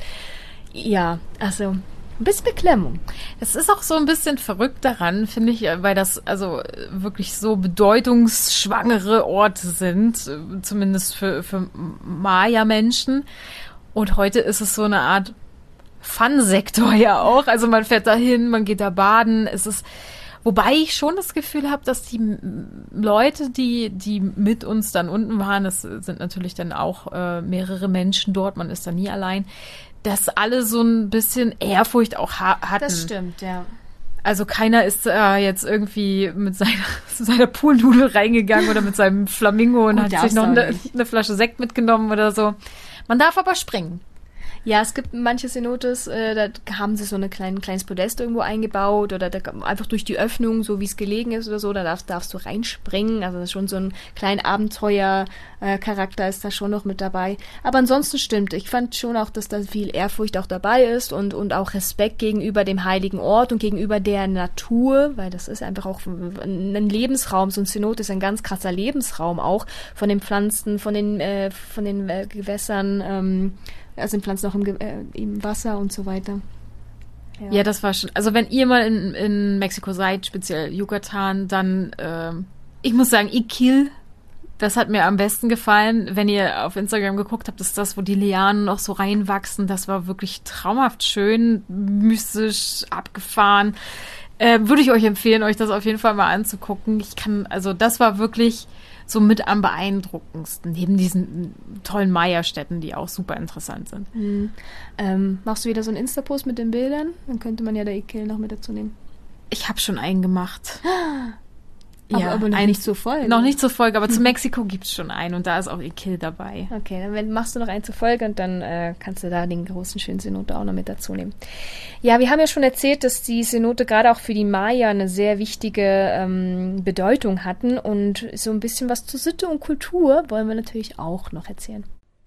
Ja, also ein bisschen Beklemmung. Es ist auch so ein bisschen verrückt daran, finde ich, weil das also wirklich so bedeutungsschwangere Orte sind, zumindest für, für Maya-Menschen. Und heute ist es so eine Art Fun-Sektor ja auch. Also man fährt da hin, man geht da baden. Es ist, wobei ich schon das Gefühl habe, dass die Leute, die, die mit uns dann unten waren, das sind natürlich dann auch äh, mehrere Menschen dort, man ist da nie allein, dass alle so ein bisschen Ehrfurcht auch ha- hatten. Das stimmt, ja. Also keiner ist äh, jetzt irgendwie mit seiner, seiner Poolnudel reingegangen oder mit seinem Flamingo und Gut, hat sich noch eine, eine Flasche Sekt mitgenommen oder so. Man darf aber springen. Ja, es gibt manche Cenotes, äh, da haben sie so ein klein, kleines Podest irgendwo eingebaut oder da, einfach durch die Öffnung, so wie es gelegen ist oder so, da darfst, darfst du reinspringen. Also das ist schon so ein kleiner Abenteuer-Charakter ist da schon noch mit dabei. Aber ansonsten stimmt, ich fand schon auch, dass da viel Ehrfurcht auch dabei ist und, und auch Respekt gegenüber dem heiligen Ort und gegenüber der Natur, weil das ist einfach auch ein Lebensraum. So ein Cenote ist ein ganz krasser Lebensraum auch von den Pflanzen, von den, äh, von den äh, Gewässern, ähm, also sind Pflanzen auch im, äh, im Wasser und so weiter. Ja. ja, das war schon. Also wenn ihr mal in, in Mexiko seid, speziell Yucatan, dann, äh, ich muss sagen, Iquil, das hat mir am besten gefallen. Wenn ihr auf Instagram geguckt habt, ist das, wo die Lianen noch so reinwachsen. Das war wirklich traumhaft schön, mystisch, abgefahren. Äh, würde ich euch empfehlen, euch das auf jeden Fall mal anzugucken. Ich kann, also das war wirklich so mit am beeindruckendsten, neben diesen tollen Maya-Städten, die auch super interessant sind. Mhm. Ähm, machst du wieder so einen Insta-Post mit den Bildern? Dann könnte man ja der Iquil noch mit dazu nehmen. Ich habe schon einen gemacht. Aber, ja, aber noch ein, nicht zur Folge. Noch nicht zur Folge, aber zu Mexiko gibt's schon einen und da ist auch Iquil dabei. Okay, dann machst du noch einen zur Folge und dann äh, kannst du da den großen schönen Cenote auch noch mit dazu nehmen. Ja, wir haben ja schon erzählt, dass die Cenote gerade auch für die Maya eine sehr wichtige ähm, Bedeutung hatten und so ein bisschen was zu Sitte und Kultur wollen wir natürlich auch noch erzählen.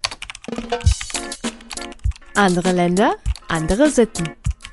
Andere Länder, andere Sitten.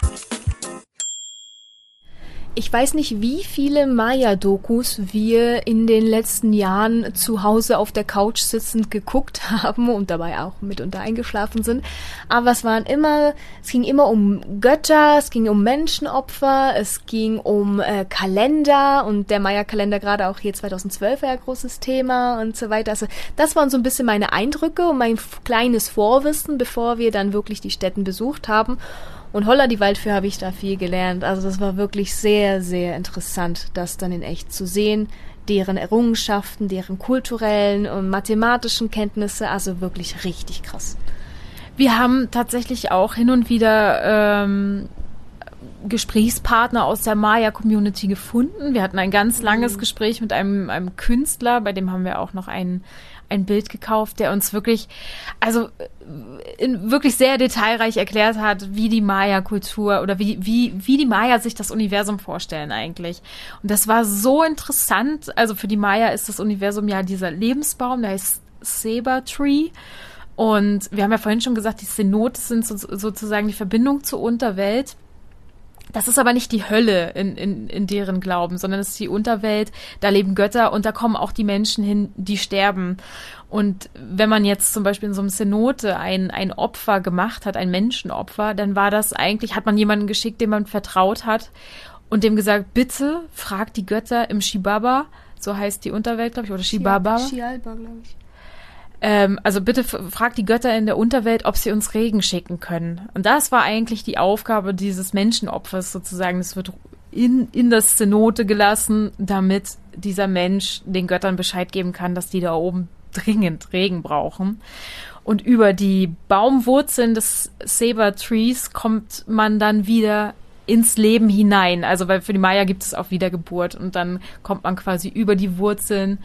Ich weiß nicht, wie viele Maya-Dokus wir in den letzten Jahren zu Hause auf der Couch sitzend geguckt haben und dabei auch mitunter eingeschlafen sind. Aber es waren immer, es ging immer um Götter, es ging um Menschenopfer, es ging um äh, Kalender und der Maya-Kalender gerade auch hier zweitausendzwölf war ja ein großes Thema und so weiter. Also das waren so ein bisschen meine Eindrücke und mein f- kleines Vorwissen, bevor wir dann wirklich die Stätten besucht haben. Und holla die Waldfee habe ich da viel gelernt. Also das war wirklich sehr, sehr interessant, das dann in echt zu sehen. Deren Errungenschaften, deren kulturellen und mathematischen Kenntnisse. Also wirklich richtig krass. Wir haben tatsächlich auch hin und wieder ähm, Gesprächspartner aus der Maya-Community gefunden. Wir hatten ein ganz langes mhm. Gespräch mit einem, einem Künstler, bei dem haben wir auch noch ein, ein Bild gekauft, der uns wirklich, also in, wirklich sehr detailreich erklärt hat, wie die Maya-Kultur oder wie, wie, wie die Maya sich das Universum vorstellen eigentlich. Und das war so interessant. Also für die Maya ist das Universum ja dieser Lebensbaum, der heißt Ceiba Tree. Und wir haben ja vorhin schon gesagt, die Cenotes sind so, sozusagen die Verbindung zur Unterwelt. Das ist aber nicht die Hölle in, in, in deren Glauben, sondern es ist die Unterwelt, da leben Götter und da kommen auch die Menschen hin, die sterben. Und wenn man jetzt zum Beispiel in so einem Cenote ein, ein Opfer gemacht hat, ein Menschenopfer, dann war das eigentlich, hat man jemanden geschickt, dem man vertraut hat und dem gesagt, bitte frag die Götter im Shibaba, so heißt die Unterwelt, glaube ich, oder Shibaba. Xialba, glaube ich. Ähm, also bitte f- fragt die Götter in der Unterwelt, ob sie uns Regen schicken können. Und das war eigentlich die Aufgabe dieses Menschenopfers sozusagen. Es wird in, in das Cenote gelassen, damit dieser Mensch den Göttern Bescheid geben kann, dass die da oben dringend Regen brauchen. Und über die Baumwurzeln des Ceiba Trees kommt man dann wieder ins Leben hinein. Also weil für die Maya gibt es auch Wiedergeburt und dann kommt man quasi über die Wurzeln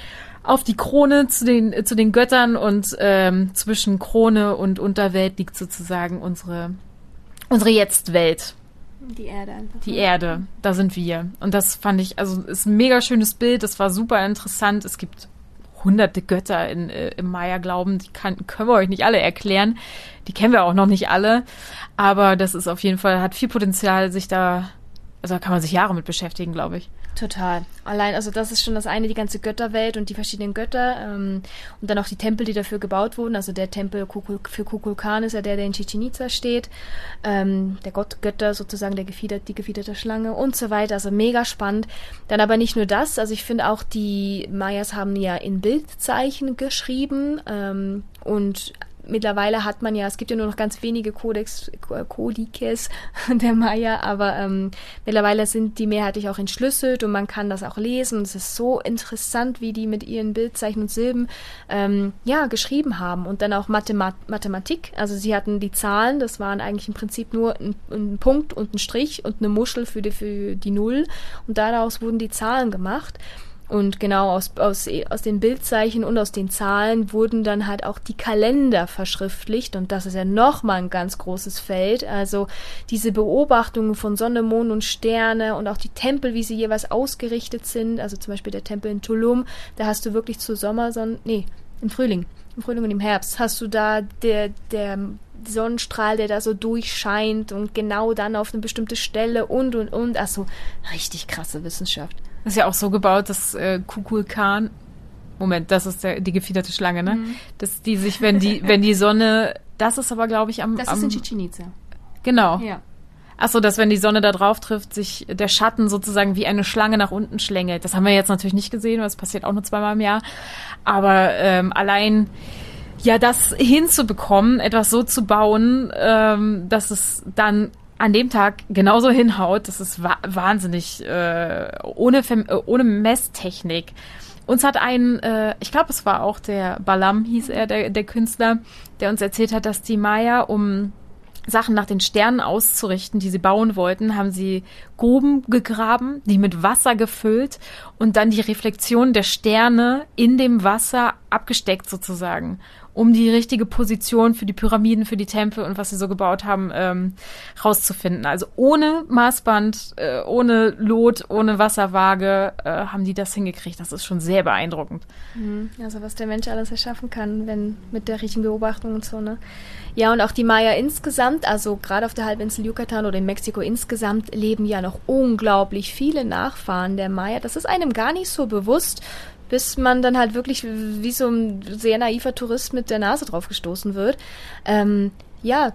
auf die Krone zu den, zu den Göttern und ähm, zwischen Krone und Unterwelt liegt sozusagen unsere, unsere Jetzt-Welt. Die Erde einfach. Die Erde, da sind wir. Und das fand ich, also ist ein mega schönes Bild, das war super interessant. Es gibt hunderte Götter in, äh, im Maya-Glauben, die kann, können wir euch nicht alle erklären. Die kennen wir auch noch nicht alle. Aber das ist auf jeden Fall, hat viel Potenzial, sich da, also da kann man sich Jahre mit beschäftigen, glaube ich. Total. Allein, also das ist schon das eine, die ganze Götterwelt und die verschiedenen Götter ähm, und dann auch die Tempel, die dafür gebaut wurden. Also der Tempel Kukul, für Kukulkan ist ja der, der in Chichén Itzá steht. Ähm, der Gott Götter sozusagen, der gefiedert, die gefiederte Schlange und so weiter. Also mega spannend. Dann aber nicht nur das. Also ich finde auch, die Mayas haben ja in Bildzeichen geschrieben ähm, und mittlerweile hat man ja, es gibt ja nur noch ganz wenige Codex, Kodikes der Maya, aber ähm, mittlerweile sind die mehrheitlich auch entschlüsselt und man kann das auch lesen. Und es ist so interessant, wie die mit ihren Bildzeichen und Silben ähm, ja, geschrieben haben. Und dann auch Mathemat- Mathematik. Also sie hatten die Zahlen, das waren eigentlich im Prinzip nur ein, ein Punkt und ein Strich und eine Muschel für die, für die Null. Und daraus wurden die Zahlen gemacht. Und genau aus, aus, aus den Bildzeichen und aus den Zahlen wurden dann halt auch die Kalender verschriftlicht. Und das ist ja nochmal ein ganz großes Feld. Also diese Beobachtungen von Sonne, Mond und Sterne und auch die Tempel, wie sie jeweils ausgerichtet sind. Also zum Beispiel der Tempel in Tulum, da hast du wirklich zu Sommersonnen, nee, im Frühling, im Frühling und im Herbst hast du da der, der Sonnenstrahl, der da so durchscheint und genau dann auf eine bestimmte Stelle und, und, und. Also richtig krasse Wissenschaft. Das ist ja auch so gebaut, dass äh, Kukulkan, Moment, das ist der, die gefiederte Schlange, ne? Mhm. Dass die sich, wenn die, wenn die Sonne, das ist aber, glaube ich, am... Das am, ist in Chichén Itzá. Genau. Ja. Achso, dass wenn die Sonne da drauf trifft, sich der Schatten sozusagen wie eine Schlange nach unten schlängelt. Das haben wir jetzt natürlich nicht gesehen, weil das passiert auch nur zweimal im Jahr. Aber ähm, allein... Ja, das hinzubekommen, etwas so zu bauen, ähm, dass es dann an dem Tag genauso hinhaut, das ist wa- wahnsinnig äh, ohne, Fem- äh, ohne Messtechnik. Uns hat ein, äh, ich glaube, es war auch der Balam, hieß er, der, der Künstler, der uns erzählt hat, dass die Maya, um Sachen nach den Sternen auszurichten, die sie bauen wollten, haben sie Gruben gegraben, die mit Wasser gefüllt und dann die Reflexion der Sterne in dem Wasser abgesteckt sozusagen, um die richtige Position für die Pyramiden, für die Tempel und was sie so gebaut haben, ähm, rauszufinden. Also ohne Maßband, äh, ohne Lot, ohne Wasserwaage äh, haben die das hingekriegt. Das ist schon sehr beeindruckend. Also was der Mensch alles erschaffen kann, wenn mit der richtigen Beobachtung und so, ne? Ja, und auch die Maya insgesamt, also gerade auf der Halbinsel Yucatan oder in Mexiko insgesamt, leben ja noch unglaublich viele Nachfahren der Maya. Das ist einem gar nicht so bewusst, bis man dann halt wirklich wie so ein sehr naiver Tourist mit der Nase drauf gestoßen wird. Ähm, ja,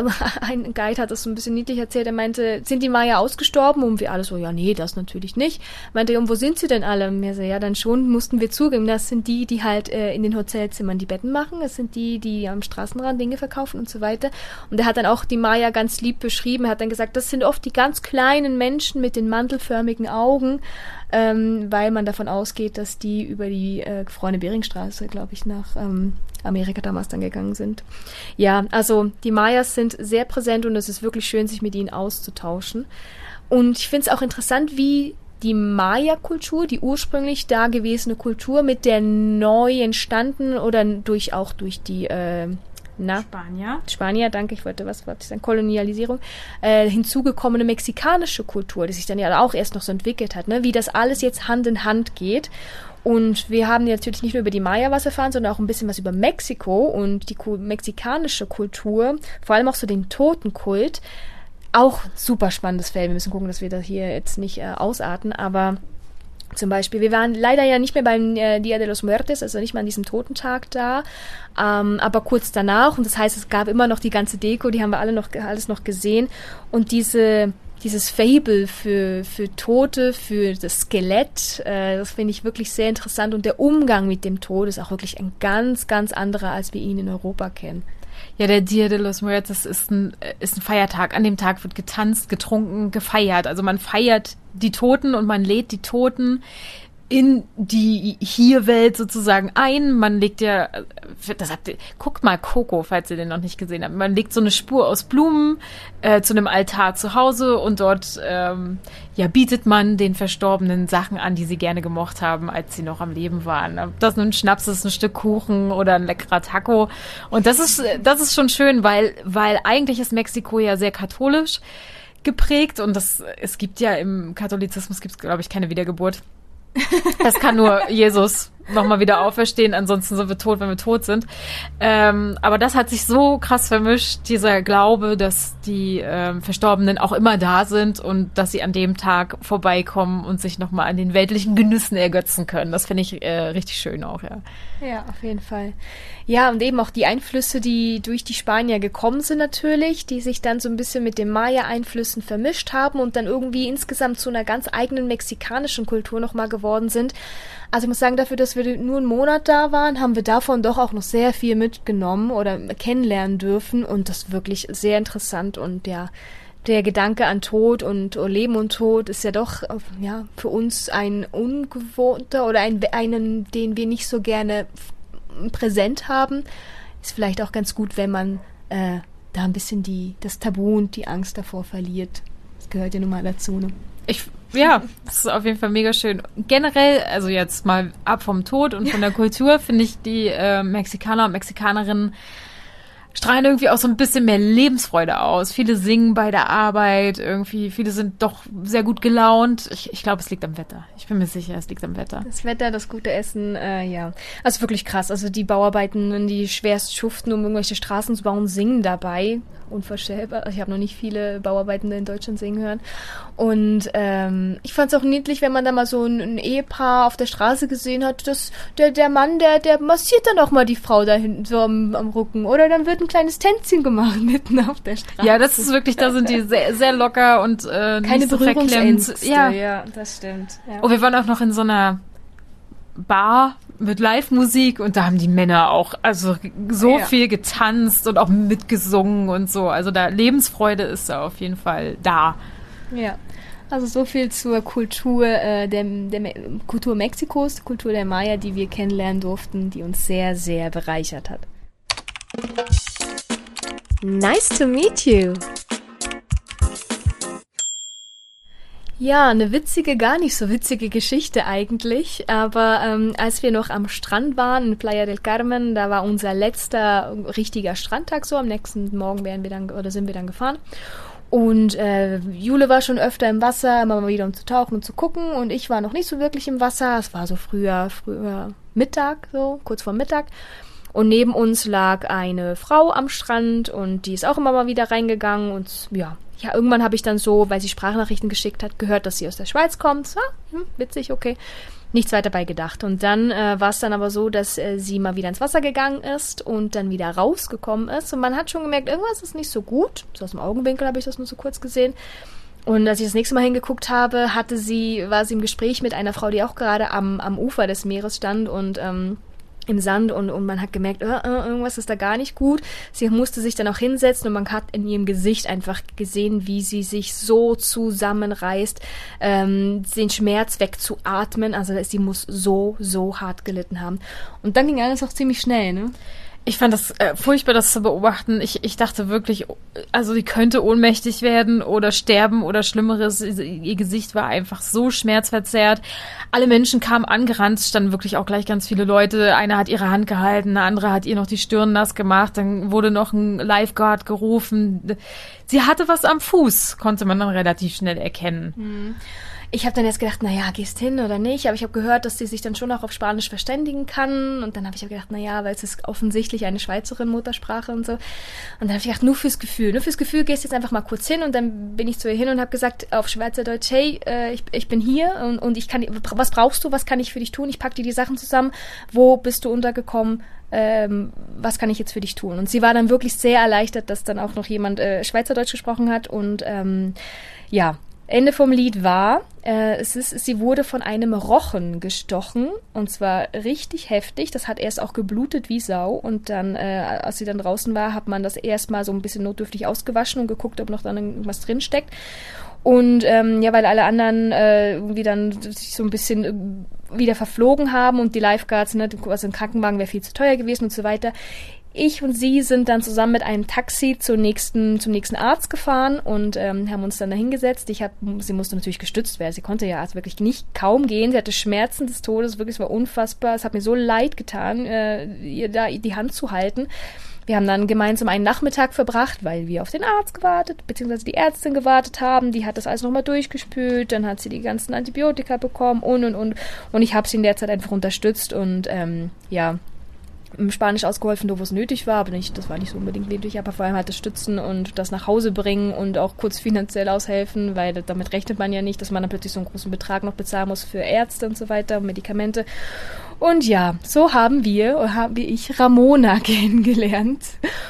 ein Guide hat das so ein bisschen niedlich erzählt, er meinte, sind die Maya ausgestorben? Und wir alle so, ja, nee, das natürlich nicht. Meinte, und wo sind sie denn alle? Und wir so, ja, dann schon, mussten wir zugeben, das sind die, die halt äh, in den Hotelzimmern die Betten machen, das sind die, die am Straßenrand Dinge verkaufen und so weiter. Und er hat dann auch die Maya ganz lieb beschrieben, er hat dann gesagt, das sind oft die ganz kleinen Menschen mit den mantelförmigen Augen, ähm, weil man davon ausgeht, dass die über die äh, gefrorene Beringstraße, glaube ich, nach ähm, Amerika damals dann gegangen sind. Ja, also die Mayas sind sehr präsent und es ist wirklich schön, sich mit ihnen auszutauschen. Und ich finde es auch interessant, wie die Maya-Kultur, die ursprünglich da gewesene Kultur mit der neu entstanden oder durch auch durch die äh, na, Spanier. Spanier, danke, ich wollte, was wollte ich sagen, Kolonialisierung, äh, hinzugekommene mexikanische Kultur, die sich dann ja auch erst noch so entwickelt hat, ne? Wie das alles jetzt Hand in Hand geht. Und wir haben natürlich nicht nur über die Maya was erfahren, sondern auch ein bisschen was über Mexiko und die ku- mexikanische Kultur, vor allem auch so den Totenkult. Auch super spannendes Feld. Wir müssen gucken, dass wir das hier jetzt nicht äh, ausarten, aber zum Beispiel, wir waren leider ja nicht mehr beim äh, Dia de los Muertes, also nicht mehr an diesem Totentag da, ähm, aber kurz danach, und das heißt, es gab immer noch die ganze Deko, die haben wir alle noch alles noch gesehen, und diese dieses Fable für für Tote, für das Skelett, äh, das finde ich wirklich sehr interessant, und der Umgang mit dem Tod ist auch wirklich ein ganz, ganz anderer, als wir ihn in Europa kennen. Ja, der Dia de los Muertos ist ein, ist ein Feiertag. An dem Tag wird getanzt, getrunken, gefeiert. Also man feiert die Toten und man lädt die Toten in die Hier-Welt sozusagen ein. Man legt ja, das habt ihr, guckt mal Coco, falls ihr den noch nicht gesehen habt. Man legt so eine Spur aus Blumen äh, zu einem Altar zu Hause und dort ähm, ja bietet man den Verstorbenen Sachen an, die sie gerne gemocht haben, als sie noch am Leben waren. Ob das nun ein Schnaps ist, ein Stück Kuchen oder ein leckerer Taco. Und das ist, das ist schon schön, weil, weil eigentlich ist Mexiko ja sehr katholisch geprägt und das, es gibt ja im Katholizismus gibt es, glaube ich, keine Wiedergeburt. Das kann nur Jesus nochmal wieder auferstehen, ansonsten sind wir tot, wenn wir tot sind. Ähm, aber das hat sich so krass vermischt, dieser Glaube, dass die ähm, Verstorbenen auch immer da sind und dass sie an dem Tag vorbeikommen und sich nochmal an den weltlichen Genüssen ergötzen können. Das finde ich äh, richtig schön auch, ja. Ja, auf jeden Fall. Ja, und eben auch die Einflüsse, die durch die Spanier gekommen sind natürlich, die sich dann so ein bisschen mit den Maya-Einflüssen vermischt haben und dann irgendwie insgesamt zu einer ganz eigenen mexikanischen Kultur nochmal geworden sind. Also ich muss sagen, dafür, dass wir nur einen Monat da waren, haben wir davon doch auch noch sehr viel mitgenommen oder kennenlernen dürfen und das wirklich sehr interessant und ja, der Gedanke an Tod und Leben und Tod ist ja doch ja für uns ein ungewohnter oder ein, einen, den wir nicht so gerne präsent haben. Ist vielleicht auch ganz gut, wenn man äh, da ein bisschen die das Tabu und die Angst davor verliert. Das gehört ja nun mal dazu, ne? Ich, ja, das ist auf jeden Fall mega schön. Generell, also jetzt mal ab vom Tod und von der Kultur, finde ich die äh, Mexikaner und Mexikanerinnen strahlen irgendwie auch so ein bisschen mehr Lebensfreude aus. Viele singen bei der Arbeit, irgendwie, viele sind doch sehr gut gelaunt. Ich, ich glaube, es liegt am Wetter. Ich bin mir sicher, es liegt am Wetter. Das Wetter, das gute Essen, äh, ja. Also wirklich krass. Also die Bauarbeiten, die schwerst schuften, um irgendwelche Straßen zu bauen, singen dabei. Unvorstellbar. Ich habe noch nicht viele Bauarbeitende in Deutschland singen hören. Und ähm, ich fand es auch niedlich, wenn man da mal so ein, ein Ehepaar auf der Straße gesehen hat, dass der, der Mann, der, der massiert dann auch mal die Frau da hinten so am, am Rücken. Oder dann wird ein kleines Tänzchen gemacht mitten auf der Straße. Ja, das ist wirklich, da sind die sehr, sehr locker und äh, keine nicht so Berührungsängste. Ja. ja, das stimmt. Ja. Oh, wir waren auch noch in so einer Bar mit Live-Musik und da haben die Männer auch also so Ja. viel getanzt und auch mitgesungen und so. Also da Lebensfreude ist da auf jeden Fall da. Ja, also so viel zur Kultur äh, der, der Me- Kultur Mexikos, Kultur der Maya, die wir kennenlernen durften, die uns sehr, sehr bereichert hat. Nice to meet you. Ja, eine witzige, gar nicht so witzige Geschichte eigentlich, aber ähm, als wir noch am Strand waren in Playa del Carmen, da war unser letzter richtiger Strandtag so, am nächsten Morgen wären wir dann oder sind wir dann gefahren. Und äh, Jule war schon öfter im Wasser, immer mal wieder um zu tauchen und zu gucken. Und ich war noch nicht so wirklich im Wasser. Es war so früher, früher Mittag, so kurz vor Mittag. Und neben uns lag eine Frau am Strand und die ist auch immer mal wieder reingegangen. Und ja, ja irgendwann habe ich dann so, weil sie Sprachnachrichten geschickt hat, gehört, dass sie aus der Schweiz kommt. Ah, hm, witzig, okay. Nichts weiter bei gedacht. Und dann äh, war es dann aber so, dass äh, sie mal wieder ins Wasser gegangen ist und dann wieder rausgekommen ist. Und man hat schon gemerkt, irgendwas ist nicht so gut. So aus dem Augenwinkel habe ich das nur so kurz gesehen. Und als ich das nächste Mal hingeguckt habe, hatte sie, war sie im Gespräch mit einer Frau, die auch gerade am, am Ufer des Meeres stand und ähm, im Sand und, und man hat gemerkt, äh, äh, irgendwas ist da gar nicht gut. Sie musste sich dann auch hinsetzen und man hat in ihrem Gesicht einfach gesehen, wie sie sich so zusammenreißt, ähm, den Schmerz wegzuatmen. Also sie muss so, so hart gelitten haben. Und dann ging alles auch ziemlich schnell, ne? Ich fand das äh, furchtbar, das zu beobachten. Ich, ich dachte wirklich, also die könnte ohnmächtig werden oder sterben oder Schlimmeres. Ihr Gesicht war einfach so schmerzverzerrt. Alle Menschen kamen angerannt, es standen wirklich auch gleich ganz viele Leute. Einer hat ihre Hand gehalten, eine andere hat ihr noch die Stirn nass gemacht. Dann wurde noch ein Lifeguard gerufen. Sie hatte was am Fuß, konnte man dann relativ schnell erkennen. Hm. Ich habe dann jetzt gedacht, naja, gehst hin oder nicht? Aber ich habe gehört, dass sie sich dann schon auch auf Spanisch verständigen kann. Und dann habe ich gedacht, naja, weil es ist offensichtlich eine Schweizerin Muttersprache und so. Und dann habe ich gedacht, nur fürs Gefühl. Nur fürs Gefühl gehst jetzt einfach mal kurz hin. Und dann bin ich zu ihr hin und habe gesagt auf Schweizerdeutsch, hey, äh, ich, ich bin hier und, und ich kann, was brauchst du? Was kann ich für dich tun? Ich pack dir die Sachen zusammen. Wo bist du untergekommen? Ähm, was kann ich jetzt für dich tun? Und sie war dann wirklich sehr erleichtert, dass dann auch noch jemand äh, Schweizerdeutsch gesprochen hat. Und ähm, ja, Ende vom Lied war, äh, es ist, sie wurde von einem Rochen gestochen und zwar richtig heftig. Das hat erst auch geblutet wie Sau und dann, äh, als sie dann draußen war, hat man das erstmal so ein bisschen notdürftig ausgewaschen und geguckt, ob noch dann irgendwas drinsteckt. Und ähm, ja, weil alle anderen äh, irgendwie dann sich so ein bisschen äh, wieder verflogen haben und die Lifeguards, ne, also ein Krankenwagen wäre viel zu teuer gewesen und so weiter. Ich und sie sind dann zusammen mit einem Taxi zur nächsten, zum nächsten Arzt gefahren und ähm, haben uns dann da hingesetzt. Ich hab, sie musste natürlich gestützt werden. Sie konnte ja also wirklich nicht kaum gehen. Sie hatte Schmerzen des Todes. Wirklich, es war unfassbar. Es hat mir so leid getan, äh, ihr da die Hand zu halten. Wir haben dann gemeinsam einen Nachmittag verbracht, weil wir auf den Arzt gewartet, beziehungsweise die Ärztin gewartet haben. Die hat das alles nochmal durchgespült. Dann hat sie die ganzen Antibiotika bekommen und, und, und. Und ich habe sie in der Zeit einfach unterstützt und ähm, ja, im Spanisch ausgeholfen, wo es nötig war, aber nicht, das war nicht so unbedingt nötig, aber vor allem halt das Stützen und das nach Hause bringen und auch kurz finanziell aushelfen, weil damit rechnet man ja nicht, dass man dann plötzlich so einen großen Betrag noch bezahlen muss für Ärzte und so weiter und Medikamente. Und ja, so haben wir, oder habe ich Ramona kennengelernt.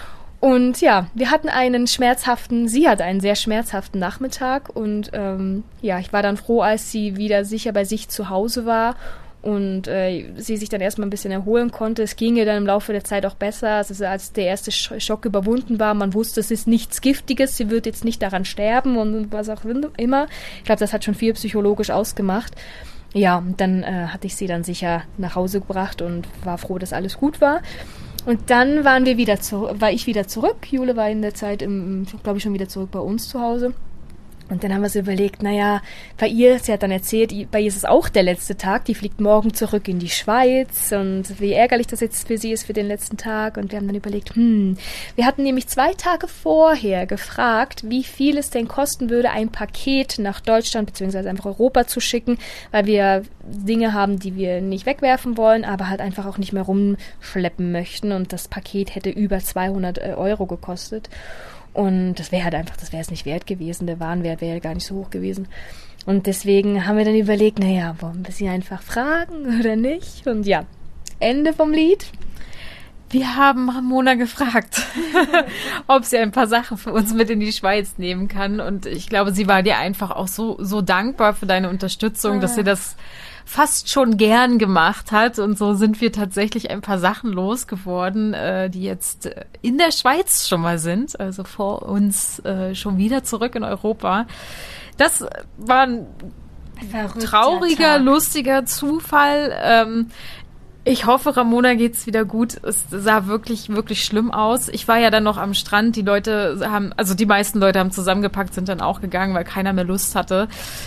Und ja, wir hatten einen schmerzhaften, sie hatte einen sehr schmerzhaften Nachmittag und ähm, ja, ich war dann froh, als sie wieder sicher bei sich zu Hause war und äh, sie sich dann erstmal ein bisschen erholen konnte. Es ging ihr dann im Laufe der Zeit auch besser, also als der erste Schock überwunden war. Man wusste, es ist nichts Giftiges, sie wird jetzt nicht daran sterben und was auch immer. Ich glaube, das hat schon viel psychologisch ausgemacht. Ja, dann äh, hatte ich sie dann sicher nach Hause gebracht und war froh, dass alles gut war. Und dann waren wir wieder zu, war ich wieder zurück. Jule war in der Zeit, im, glaube ich, schon wieder zurück bei uns zu Hause. Und dann haben wir so überlegt, naja, bei ihr, sie hat dann erzählt, bei ihr ist es auch der letzte Tag, die fliegt morgen zurück in die Schweiz und wie ärgerlich das jetzt für sie ist für den letzten Tag. Und wir haben dann überlegt, hm, wir hatten nämlich zwei Tage vorher gefragt, wie viel es denn kosten würde, ein Paket nach Deutschland bzw. einfach Europa zu schicken, weil wir Dinge haben, die wir nicht wegwerfen wollen, aber halt einfach auch nicht mehr rumschleppen möchten und das Paket hätte über zweihundert Euro gekostet. Und das wäre halt einfach, das wäre es nicht wert gewesen. Der Warenwert wäre gar nicht so hoch gewesen. Und deswegen haben wir dann überlegt, naja, wollen wir sie einfach fragen oder nicht? Und ja, Ende vom Lied. Wir haben Ramona gefragt, ob sie ein paar Sachen für uns mit in die Schweiz nehmen kann. Und ich glaube, sie war dir einfach auch so, so dankbar für deine Unterstützung, dass sie das fast schon gern gemacht hat. Und so sind wir tatsächlich ein paar Sachen losgeworden, äh, die jetzt in der Schweiz schon mal sind, also vor uns äh, schon wieder zurück in Europa. Das war ein Verrückter trauriger, Tag. lustiger Zufall. Ähm, Ich hoffe, Ramona geht's wieder gut. Es sah wirklich, wirklich schlimm aus. Ich war ja dann noch am Strand. Die Leute haben, also die meisten Leute haben zusammengepackt, sind dann auch gegangen, weil keiner mehr Lust hatte,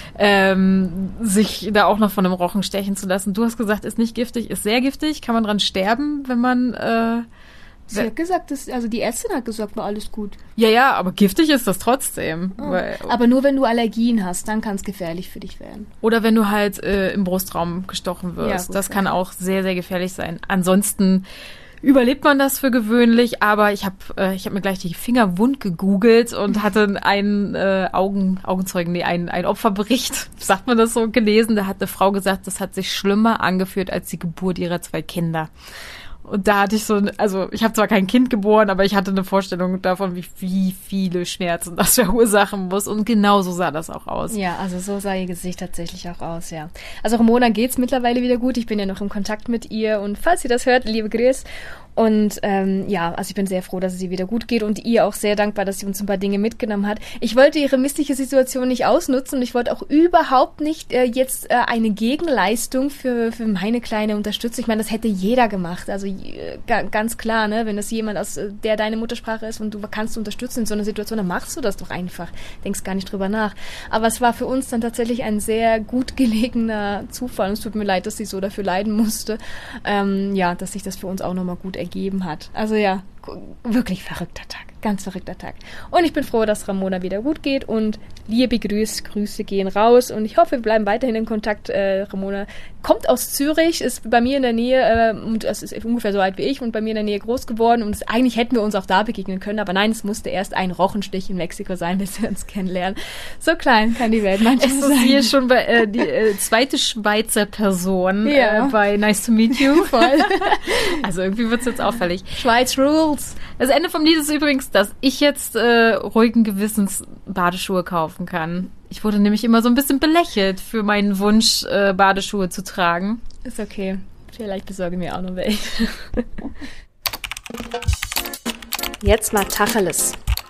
ähm, sich da auch noch von einem Rochen stechen zu lassen. Du hast gesagt, ist nicht giftig, ist sehr giftig. Kann man dran sterben, wenn man... Äh, Sie hat gesagt, dass, also die Ärztin hat gesagt, war alles gut. Ja, ja, aber giftig ist das trotzdem. Oh. Weil, aber nur wenn du Allergien hast, dann kann es gefährlich für dich werden. Oder wenn du halt äh, im Brustraum gestochen wirst. Ja, gut, das kann auch sehr, sehr gefährlich sein. Ansonsten überlebt man das für gewöhnlich, aber ich habe äh, ich hab mir gleich die Finger wund gegoogelt und hatte einen äh, Augen, Augenzeugen, nee, einen, einen Opferbericht, sagt man das so, gelesen. Da hat eine Frau gesagt, das hat sich schlimmer angefühlt als die Geburt ihrer zwei Kinder. Und da hatte ich so, also ich habe zwar kein Kind geboren, aber ich hatte eine Vorstellung davon, wie, wie viele Schmerzen das verursachen muss. Und genau so sah das auch aus. Ja, also so sah ihr Gesicht tatsächlich auch aus, ja. Also Ramona geht's mittlerweile wieder gut. Ich bin ja noch im Kontakt mit ihr. Und falls ihr das hört, liebe Grüß. Und ähm, ja, also ich bin sehr froh, dass es ihr wieder gut geht und ihr auch sehr dankbar, dass sie uns ein paar Dinge mitgenommen hat. Ich wollte ihre missliche Situation nicht ausnutzen und ich wollte auch überhaupt nicht äh, jetzt äh, eine Gegenleistung für, für meine kleine Unterstützung. Ich meine, das hätte jeder gemacht. Also äh, ga, ganz klar, ne, wenn das jemand aus, der deine Muttersprache ist und du kannst unterstützen in so einer Situation, dann machst du das doch einfach, denkst gar nicht drüber nach. Aber es war für uns dann tatsächlich ein sehr gut gelegener Zufall und es tut mir leid, dass sie so dafür leiden musste, ähm, ja, dass sich das für uns auch nochmal gut ergeben hat. Also ja, wirklich verrückter Tag, ganz verrückter Tag. Und ich bin froh, dass Ramona wieder gut geht und liebe Grüße, Grüße gehen raus und ich hoffe, wir bleiben weiterhin in Kontakt. Äh, Ramona kommt aus Zürich, ist bei mir in der Nähe äh, und es ist ungefähr so alt wie ich und bei mir in der Nähe groß geworden und es, eigentlich hätten wir uns auch da begegnen können, aber nein, es musste erst ein Rochenstich in Mexiko sein, bis wir uns kennenlernen. So klein kann die Welt manchmal sein. Es ist hier schon bei, äh, die äh, zweite Schweizer Person ja. äh, bei Nice to Meet You. Voll. Also irgendwie wird es jetzt auffällig. Schweiz Rules. Das Ende vom Lied ist übrigens, dass ich jetzt äh, ruhigen Gewissens Badeschuhe kaufen kann. Ich wurde nämlich immer so ein bisschen belächelt für meinen Wunsch, äh, Badeschuhe zu tragen. Ist okay. Vielleicht besorge ich mir auch noch welche. Jetzt mal Tacheles.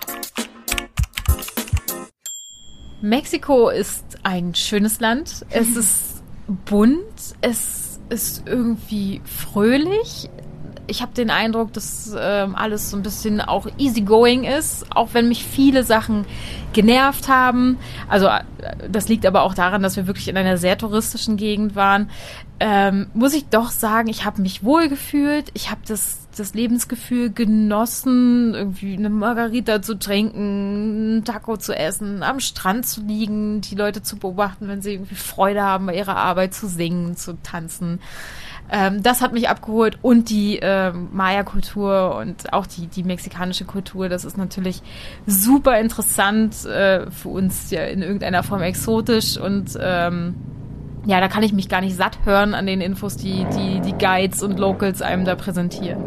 Mexiko ist ein schönes Land. Es ist bunt. Es ist irgendwie fröhlich. Ich habe den Eindruck, dass ähm, alles so ein bisschen auch easygoing ist, auch wenn mich viele Sachen genervt haben. Also äh, das liegt aber auch daran, dass wir wirklich in einer sehr touristischen Gegend waren. Ähm, muss ich doch sagen, ich habe mich wohl gefühlt. Ich habe das, das Lebensgefühl genossen, irgendwie eine Margarita zu trinken, einen Taco zu essen, am Strand zu liegen, die Leute zu beobachten, wenn sie irgendwie Freude haben bei ihrer Arbeit, zu singen, zu tanzen. Ähm, das hat mich abgeholt und die ähm, Maya-Kultur und auch die, die mexikanische Kultur, das ist natürlich super interessant, äh, für uns ja in irgendeiner Form exotisch und ähm, ja, da kann ich mich gar nicht satt hören an den Infos, die die, die Guides und Locals einem da präsentieren.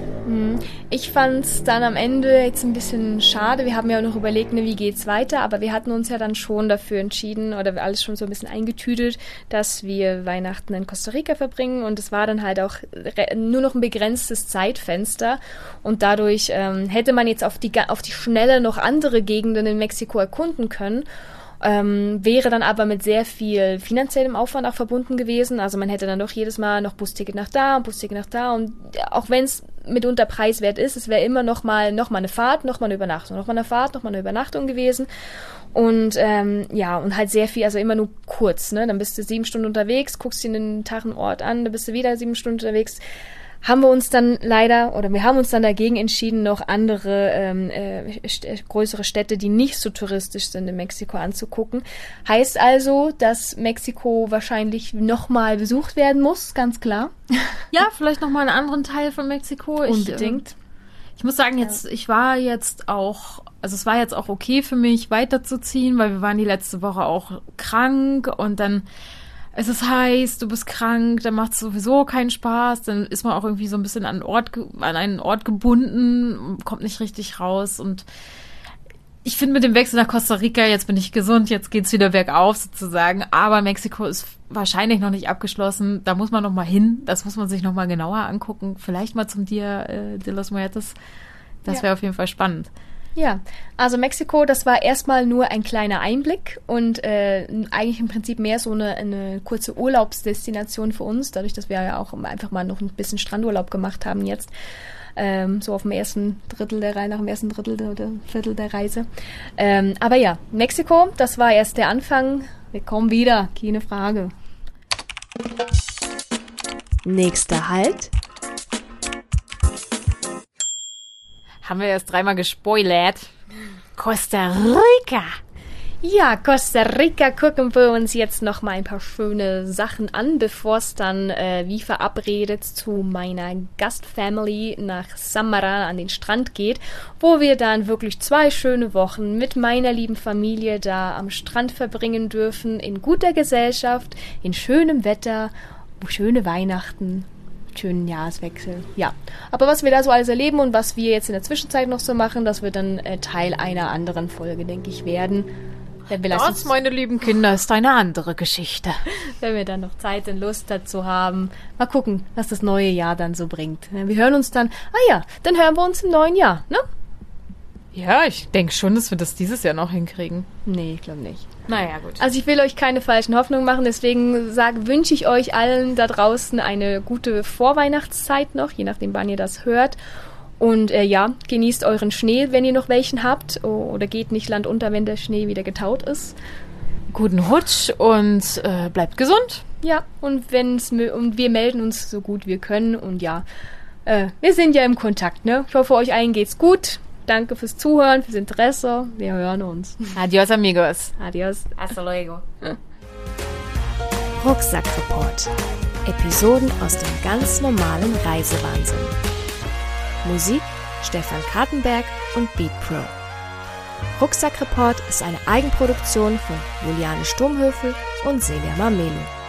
Ich fand es dann am Ende jetzt ein bisschen schade. Wir haben ja auch noch überlegt, ne, wie geht's weiter, aber wir hatten uns ja dann schon dafür entschieden oder alles schon so ein bisschen eingetütet, dass wir Weihnachten in Costa Rica verbringen und es war dann halt auch re- nur noch ein begrenztes Zeitfenster und dadurch ähm, hätte man jetzt auf die, auf die Schnelle noch andere Gegenden in Mexiko erkunden können. Ähm, wäre dann aber mit sehr viel finanziellem Aufwand auch verbunden gewesen. Also man hätte dann doch jedes Mal noch Busticket nach da und Busticket nach da und auch wenn es mitunter preiswert ist, es wäre immer noch mal, noch mal eine Fahrt, noch mal eine Übernachtung, noch mal eine Fahrt, noch mal eine Übernachtung gewesen und ähm, ja, und halt sehr viel, also immer nur kurz, ne? Dann bist du sieben Stunden unterwegs, guckst dir den Tag einen Ort an, dann bist du wieder sieben Stunden unterwegs. Haben wir uns dann leider, oder wir haben uns dann dagegen entschieden, noch andere ähm, äh, st- größere Städte, die nicht so touristisch sind, in Mexiko anzugucken. Heißt also, dass Mexiko wahrscheinlich nochmal besucht werden muss, ganz klar. Ja, vielleicht nochmal einen anderen Teil von Mexiko. Unbedingt. Ich, äh, ich muss sagen, jetzt, ich war jetzt auch, also es war jetzt auch okay für mich, weiterzuziehen, weil wir waren die letzte Woche auch krank und dann es ist heiß, du bist krank, dann macht es sowieso keinen Spaß, dann ist man auch irgendwie so ein bisschen an einen Ort, an einen Ort gebunden, kommt nicht richtig raus und ich finde mit dem Wechsel nach Costa Rica, jetzt bin ich gesund, jetzt geht's wieder bergauf sozusagen, aber Mexiko ist wahrscheinlich noch nicht abgeschlossen, da muss man noch mal hin, das muss man sich noch mal genauer angucken, vielleicht mal zum Dia äh, de los Muertos, das Ja. wäre auf jeden Fall spannend. Ja, also Mexiko, das war erstmal nur ein kleiner Einblick und äh, eigentlich im Prinzip mehr so eine, eine kurze Urlaubsdestination für uns, dadurch, dass wir ja auch einfach mal noch ein bisschen Strandurlaub gemacht haben jetzt, ähm, so auf dem ersten Drittel der Reise, nach dem ersten Drittel der, oder Viertel der Reise. Ähm, aber ja, Mexiko, das war erst der Anfang. Wir kommen wieder, keine Frage. Nächster Halt. Haben wir erst dreimal gespoilert. Costa Rica. Ja, Costa Rica gucken wir uns jetzt noch mal ein paar schöne Sachen an, bevor es dann äh, wie verabredet zu meiner Gastfamily nach Samara an den Strand geht, wo wir dann wirklich zwei schöne Wochen mit meiner lieben Familie da am Strand verbringen dürfen, in guter Gesellschaft, in schönem Wetter, schöne Weihnachten, schönen Jahreswechsel. Ja, aber was wir da so alles erleben und was wir jetzt in der Zwischenzeit noch so machen, das wird dann äh, Teil einer anderen Folge, denke ich, werden. Wenn wir, Das, meine lieben Kinder, ist eine andere Geschichte. wenn wir dann noch Zeit und Lust dazu haben. Mal gucken, was das neue Jahr dann so bringt. Wir hören uns dann, ah ja, dann hören wir uns im neuen Jahr, ne? Ja, ich denke schon, dass wir das dieses Jahr noch hinkriegen. Nee, ich glaube nicht. Naja, gut. Also ich will euch keine falschen Hoffnungen machen, deswegen sag, wünsche ich euch allen da draußen eine gute Vorweihnachtszeit noch, je nachdem, wann ihr das hört. Und äh, ja, genießt euren Schnee, wenn ihr noch welchen habt. Oder geht nicht Land unter, wenn der Schnee wieder getaut ist. Guten Rutsch und äh, bleibt gesund. Ja, und wenn's und wir melden uns so gut wir können. Und ja, äh, wir sind ja im Kontakt, ne? Ich hoffe, euch allen geht's gut. Danke fürs Zuhören, fürs Interesse. Wir hören uns. Adios, amigos. Adios. Hasta luego. Rucksackreport. Episoden aus dem ganz normalen Reisewahnsinn. Musik Stefan Kartenberg und Beat Pro. Rucksackreport ist eine Eigenproduktion von Juliane Sturmhöfel und Celia Mamelo.